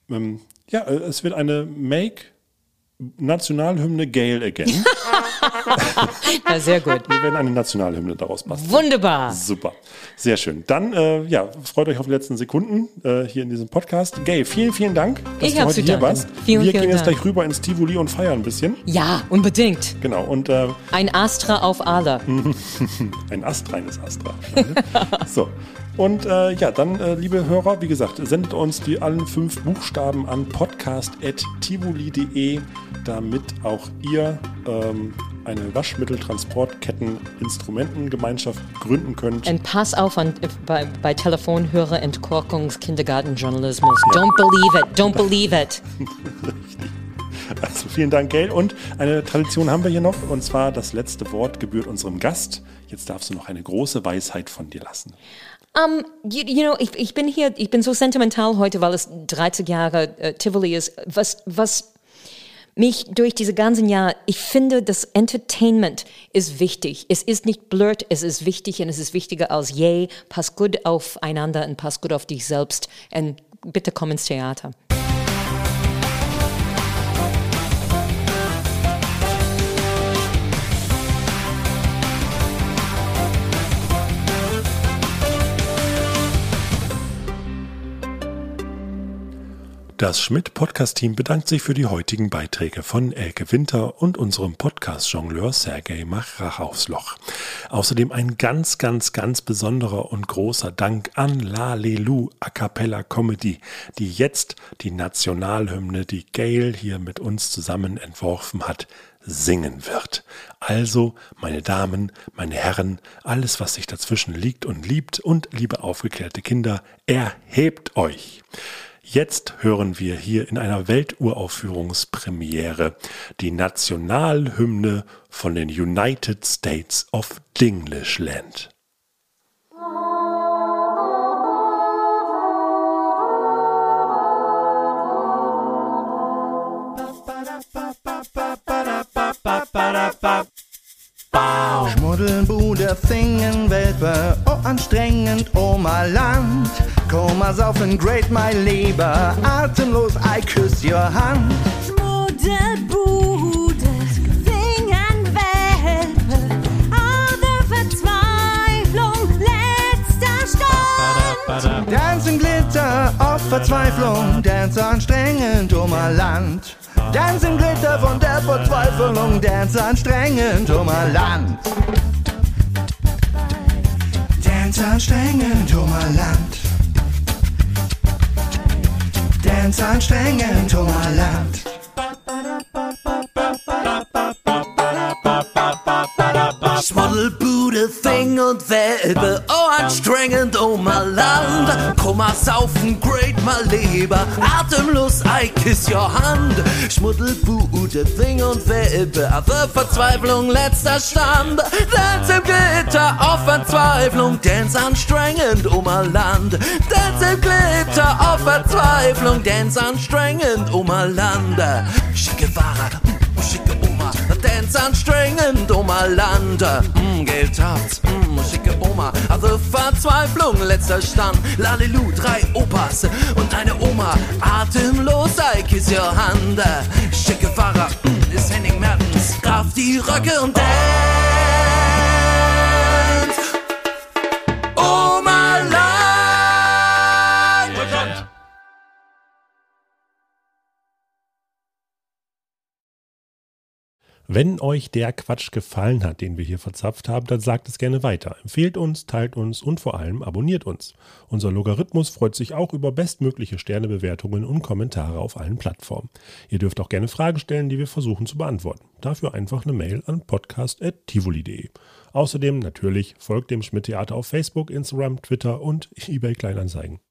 Make Nationalhymne Gail Again. Ja, sehr gut. Wir werden eine Nationalhymne daraus basteln. Wunderbar. Super. Sehr schön. Dann, freut euch auf die letzten Sekunden hier in diesem Podcast. Gail, vielen, vielen Dank, dass du heute hier warst. Wir gehen jetzt gleich rüber ins Tivoli und feiern ein bisschen. Ja, unbedingt. Genau. Und, ein Astra auf alle. Ein astreines Astra. So. Und dann, liebe Hörer, wie gesagt, sendet uns die allen 5 Buchstaben an podcast@tivoli.de, damit auch ihr eine Waschmitteltransportketten-Instrumentengemeinschaft gründen könnt. Und pass auf bei Telefonhörer Entkorkungskindergartenjournalismus. Ja. Don't believe it. Richtig. Also vielen Dank, Gail. Und eine Tradition haben wir hier noch, und zwar das letzte Wort gebührt unserem Gast. Jetzt darfst du noch eine große Weisheit von dir lassen. Ich bin so sentimental heute, weil es 30 Jahre Tivoli ist. Was mich durch diese ganzen Jahre, ich finde, das Entertainment ist wichtig. Es ist nicht blöd, es ist wichtig und es ist wichtiger als je. Pass gut aufeinander und pass gut auf dich selbst und bitte komm ins Theater. Das Schmidt-Podcast-Team bedankt sich für die heutigen Beiträge von Elke Winter und unserem Podcast-Jongleur Sergej Mach Rache aufs Loch. Außerdem ein ganz, ganz, ganz besonderer und großer Dank an Lalelu A Cappella Comedy, die jetzt die Nationalhymne, die Gail hier mit uns zusammen entworfen hat, singen wird. Also, meine Damen, meine Herren, alles, was sich dazwischen liegt und liebt und liebe aufgeklärte Kinder, erhebt euch! Jetzt hören wir hier in einer Welturaufführungspremiere die Nationalhymne von den United States of Dinglishland. Schmuddelbude, Fingen, Welpe, oh anstrengend, oh mal Land. Koma saufen, great, my Lieber, atemlos, I küss your Hand. Schmuddelbude, Fingen, Welpe, alle Verzweiflung, letzter Stand. Dance in Glitter, auf Verzweiflung, dance anstrengend, oh mal Land. Dance im Glitter von der Verzweiflung, dance anstrengend, oh mal Land. Dance anstrengend, oh mal Land. Dance anstrengend, oh mal Land. Schmuddelbude, Fing und Welpe, oh anstrengend, oh mal Land. Koma saufen, great, mal Lieber, atemlos, I kiss your Hand. Schmuddelbude, Fing und Welpe, aber Verzweiflung, letzter Stand. Dance im Glitter, auf Verzweiflung, dance anstrengend, oh mal Land. Dance im Glitter, auf Verzweiflung, dance anstrengend, oh mal Land. Schicke Ware, schicke Oma, dance anstrengend, oh mal Land. Geld habt's, schicke Oma, also Verzweiflung, letzter Stand. Lalelu, 3 Opas und eine Oma, atemlos, I kiss your Hand. Schicke Fahrer, ist Henning Mertens, Graf die Röcke und dance. Oh mal Land. Wenn euch der Quatsch gefallen hat, den wir hier verzapft haben, dann sagt es gerne weiter. Empfehlt uns, teilt uns und vor allem abonniert uns. Unser Logarithmus freut sich auch über bestmögliche Sternebewertungen und Kommentare auf allen Plattformen. Ihr dürft auch gerne Fragen stellen, die wir versuchen zu beantworten. Dafür einfach eine Mail an podcast@tivoli.de. Außerdem natürlich folgt dem Schmidt-Theater auf Facebook, Instagram, Twitter und eBay Kleinanzeigen.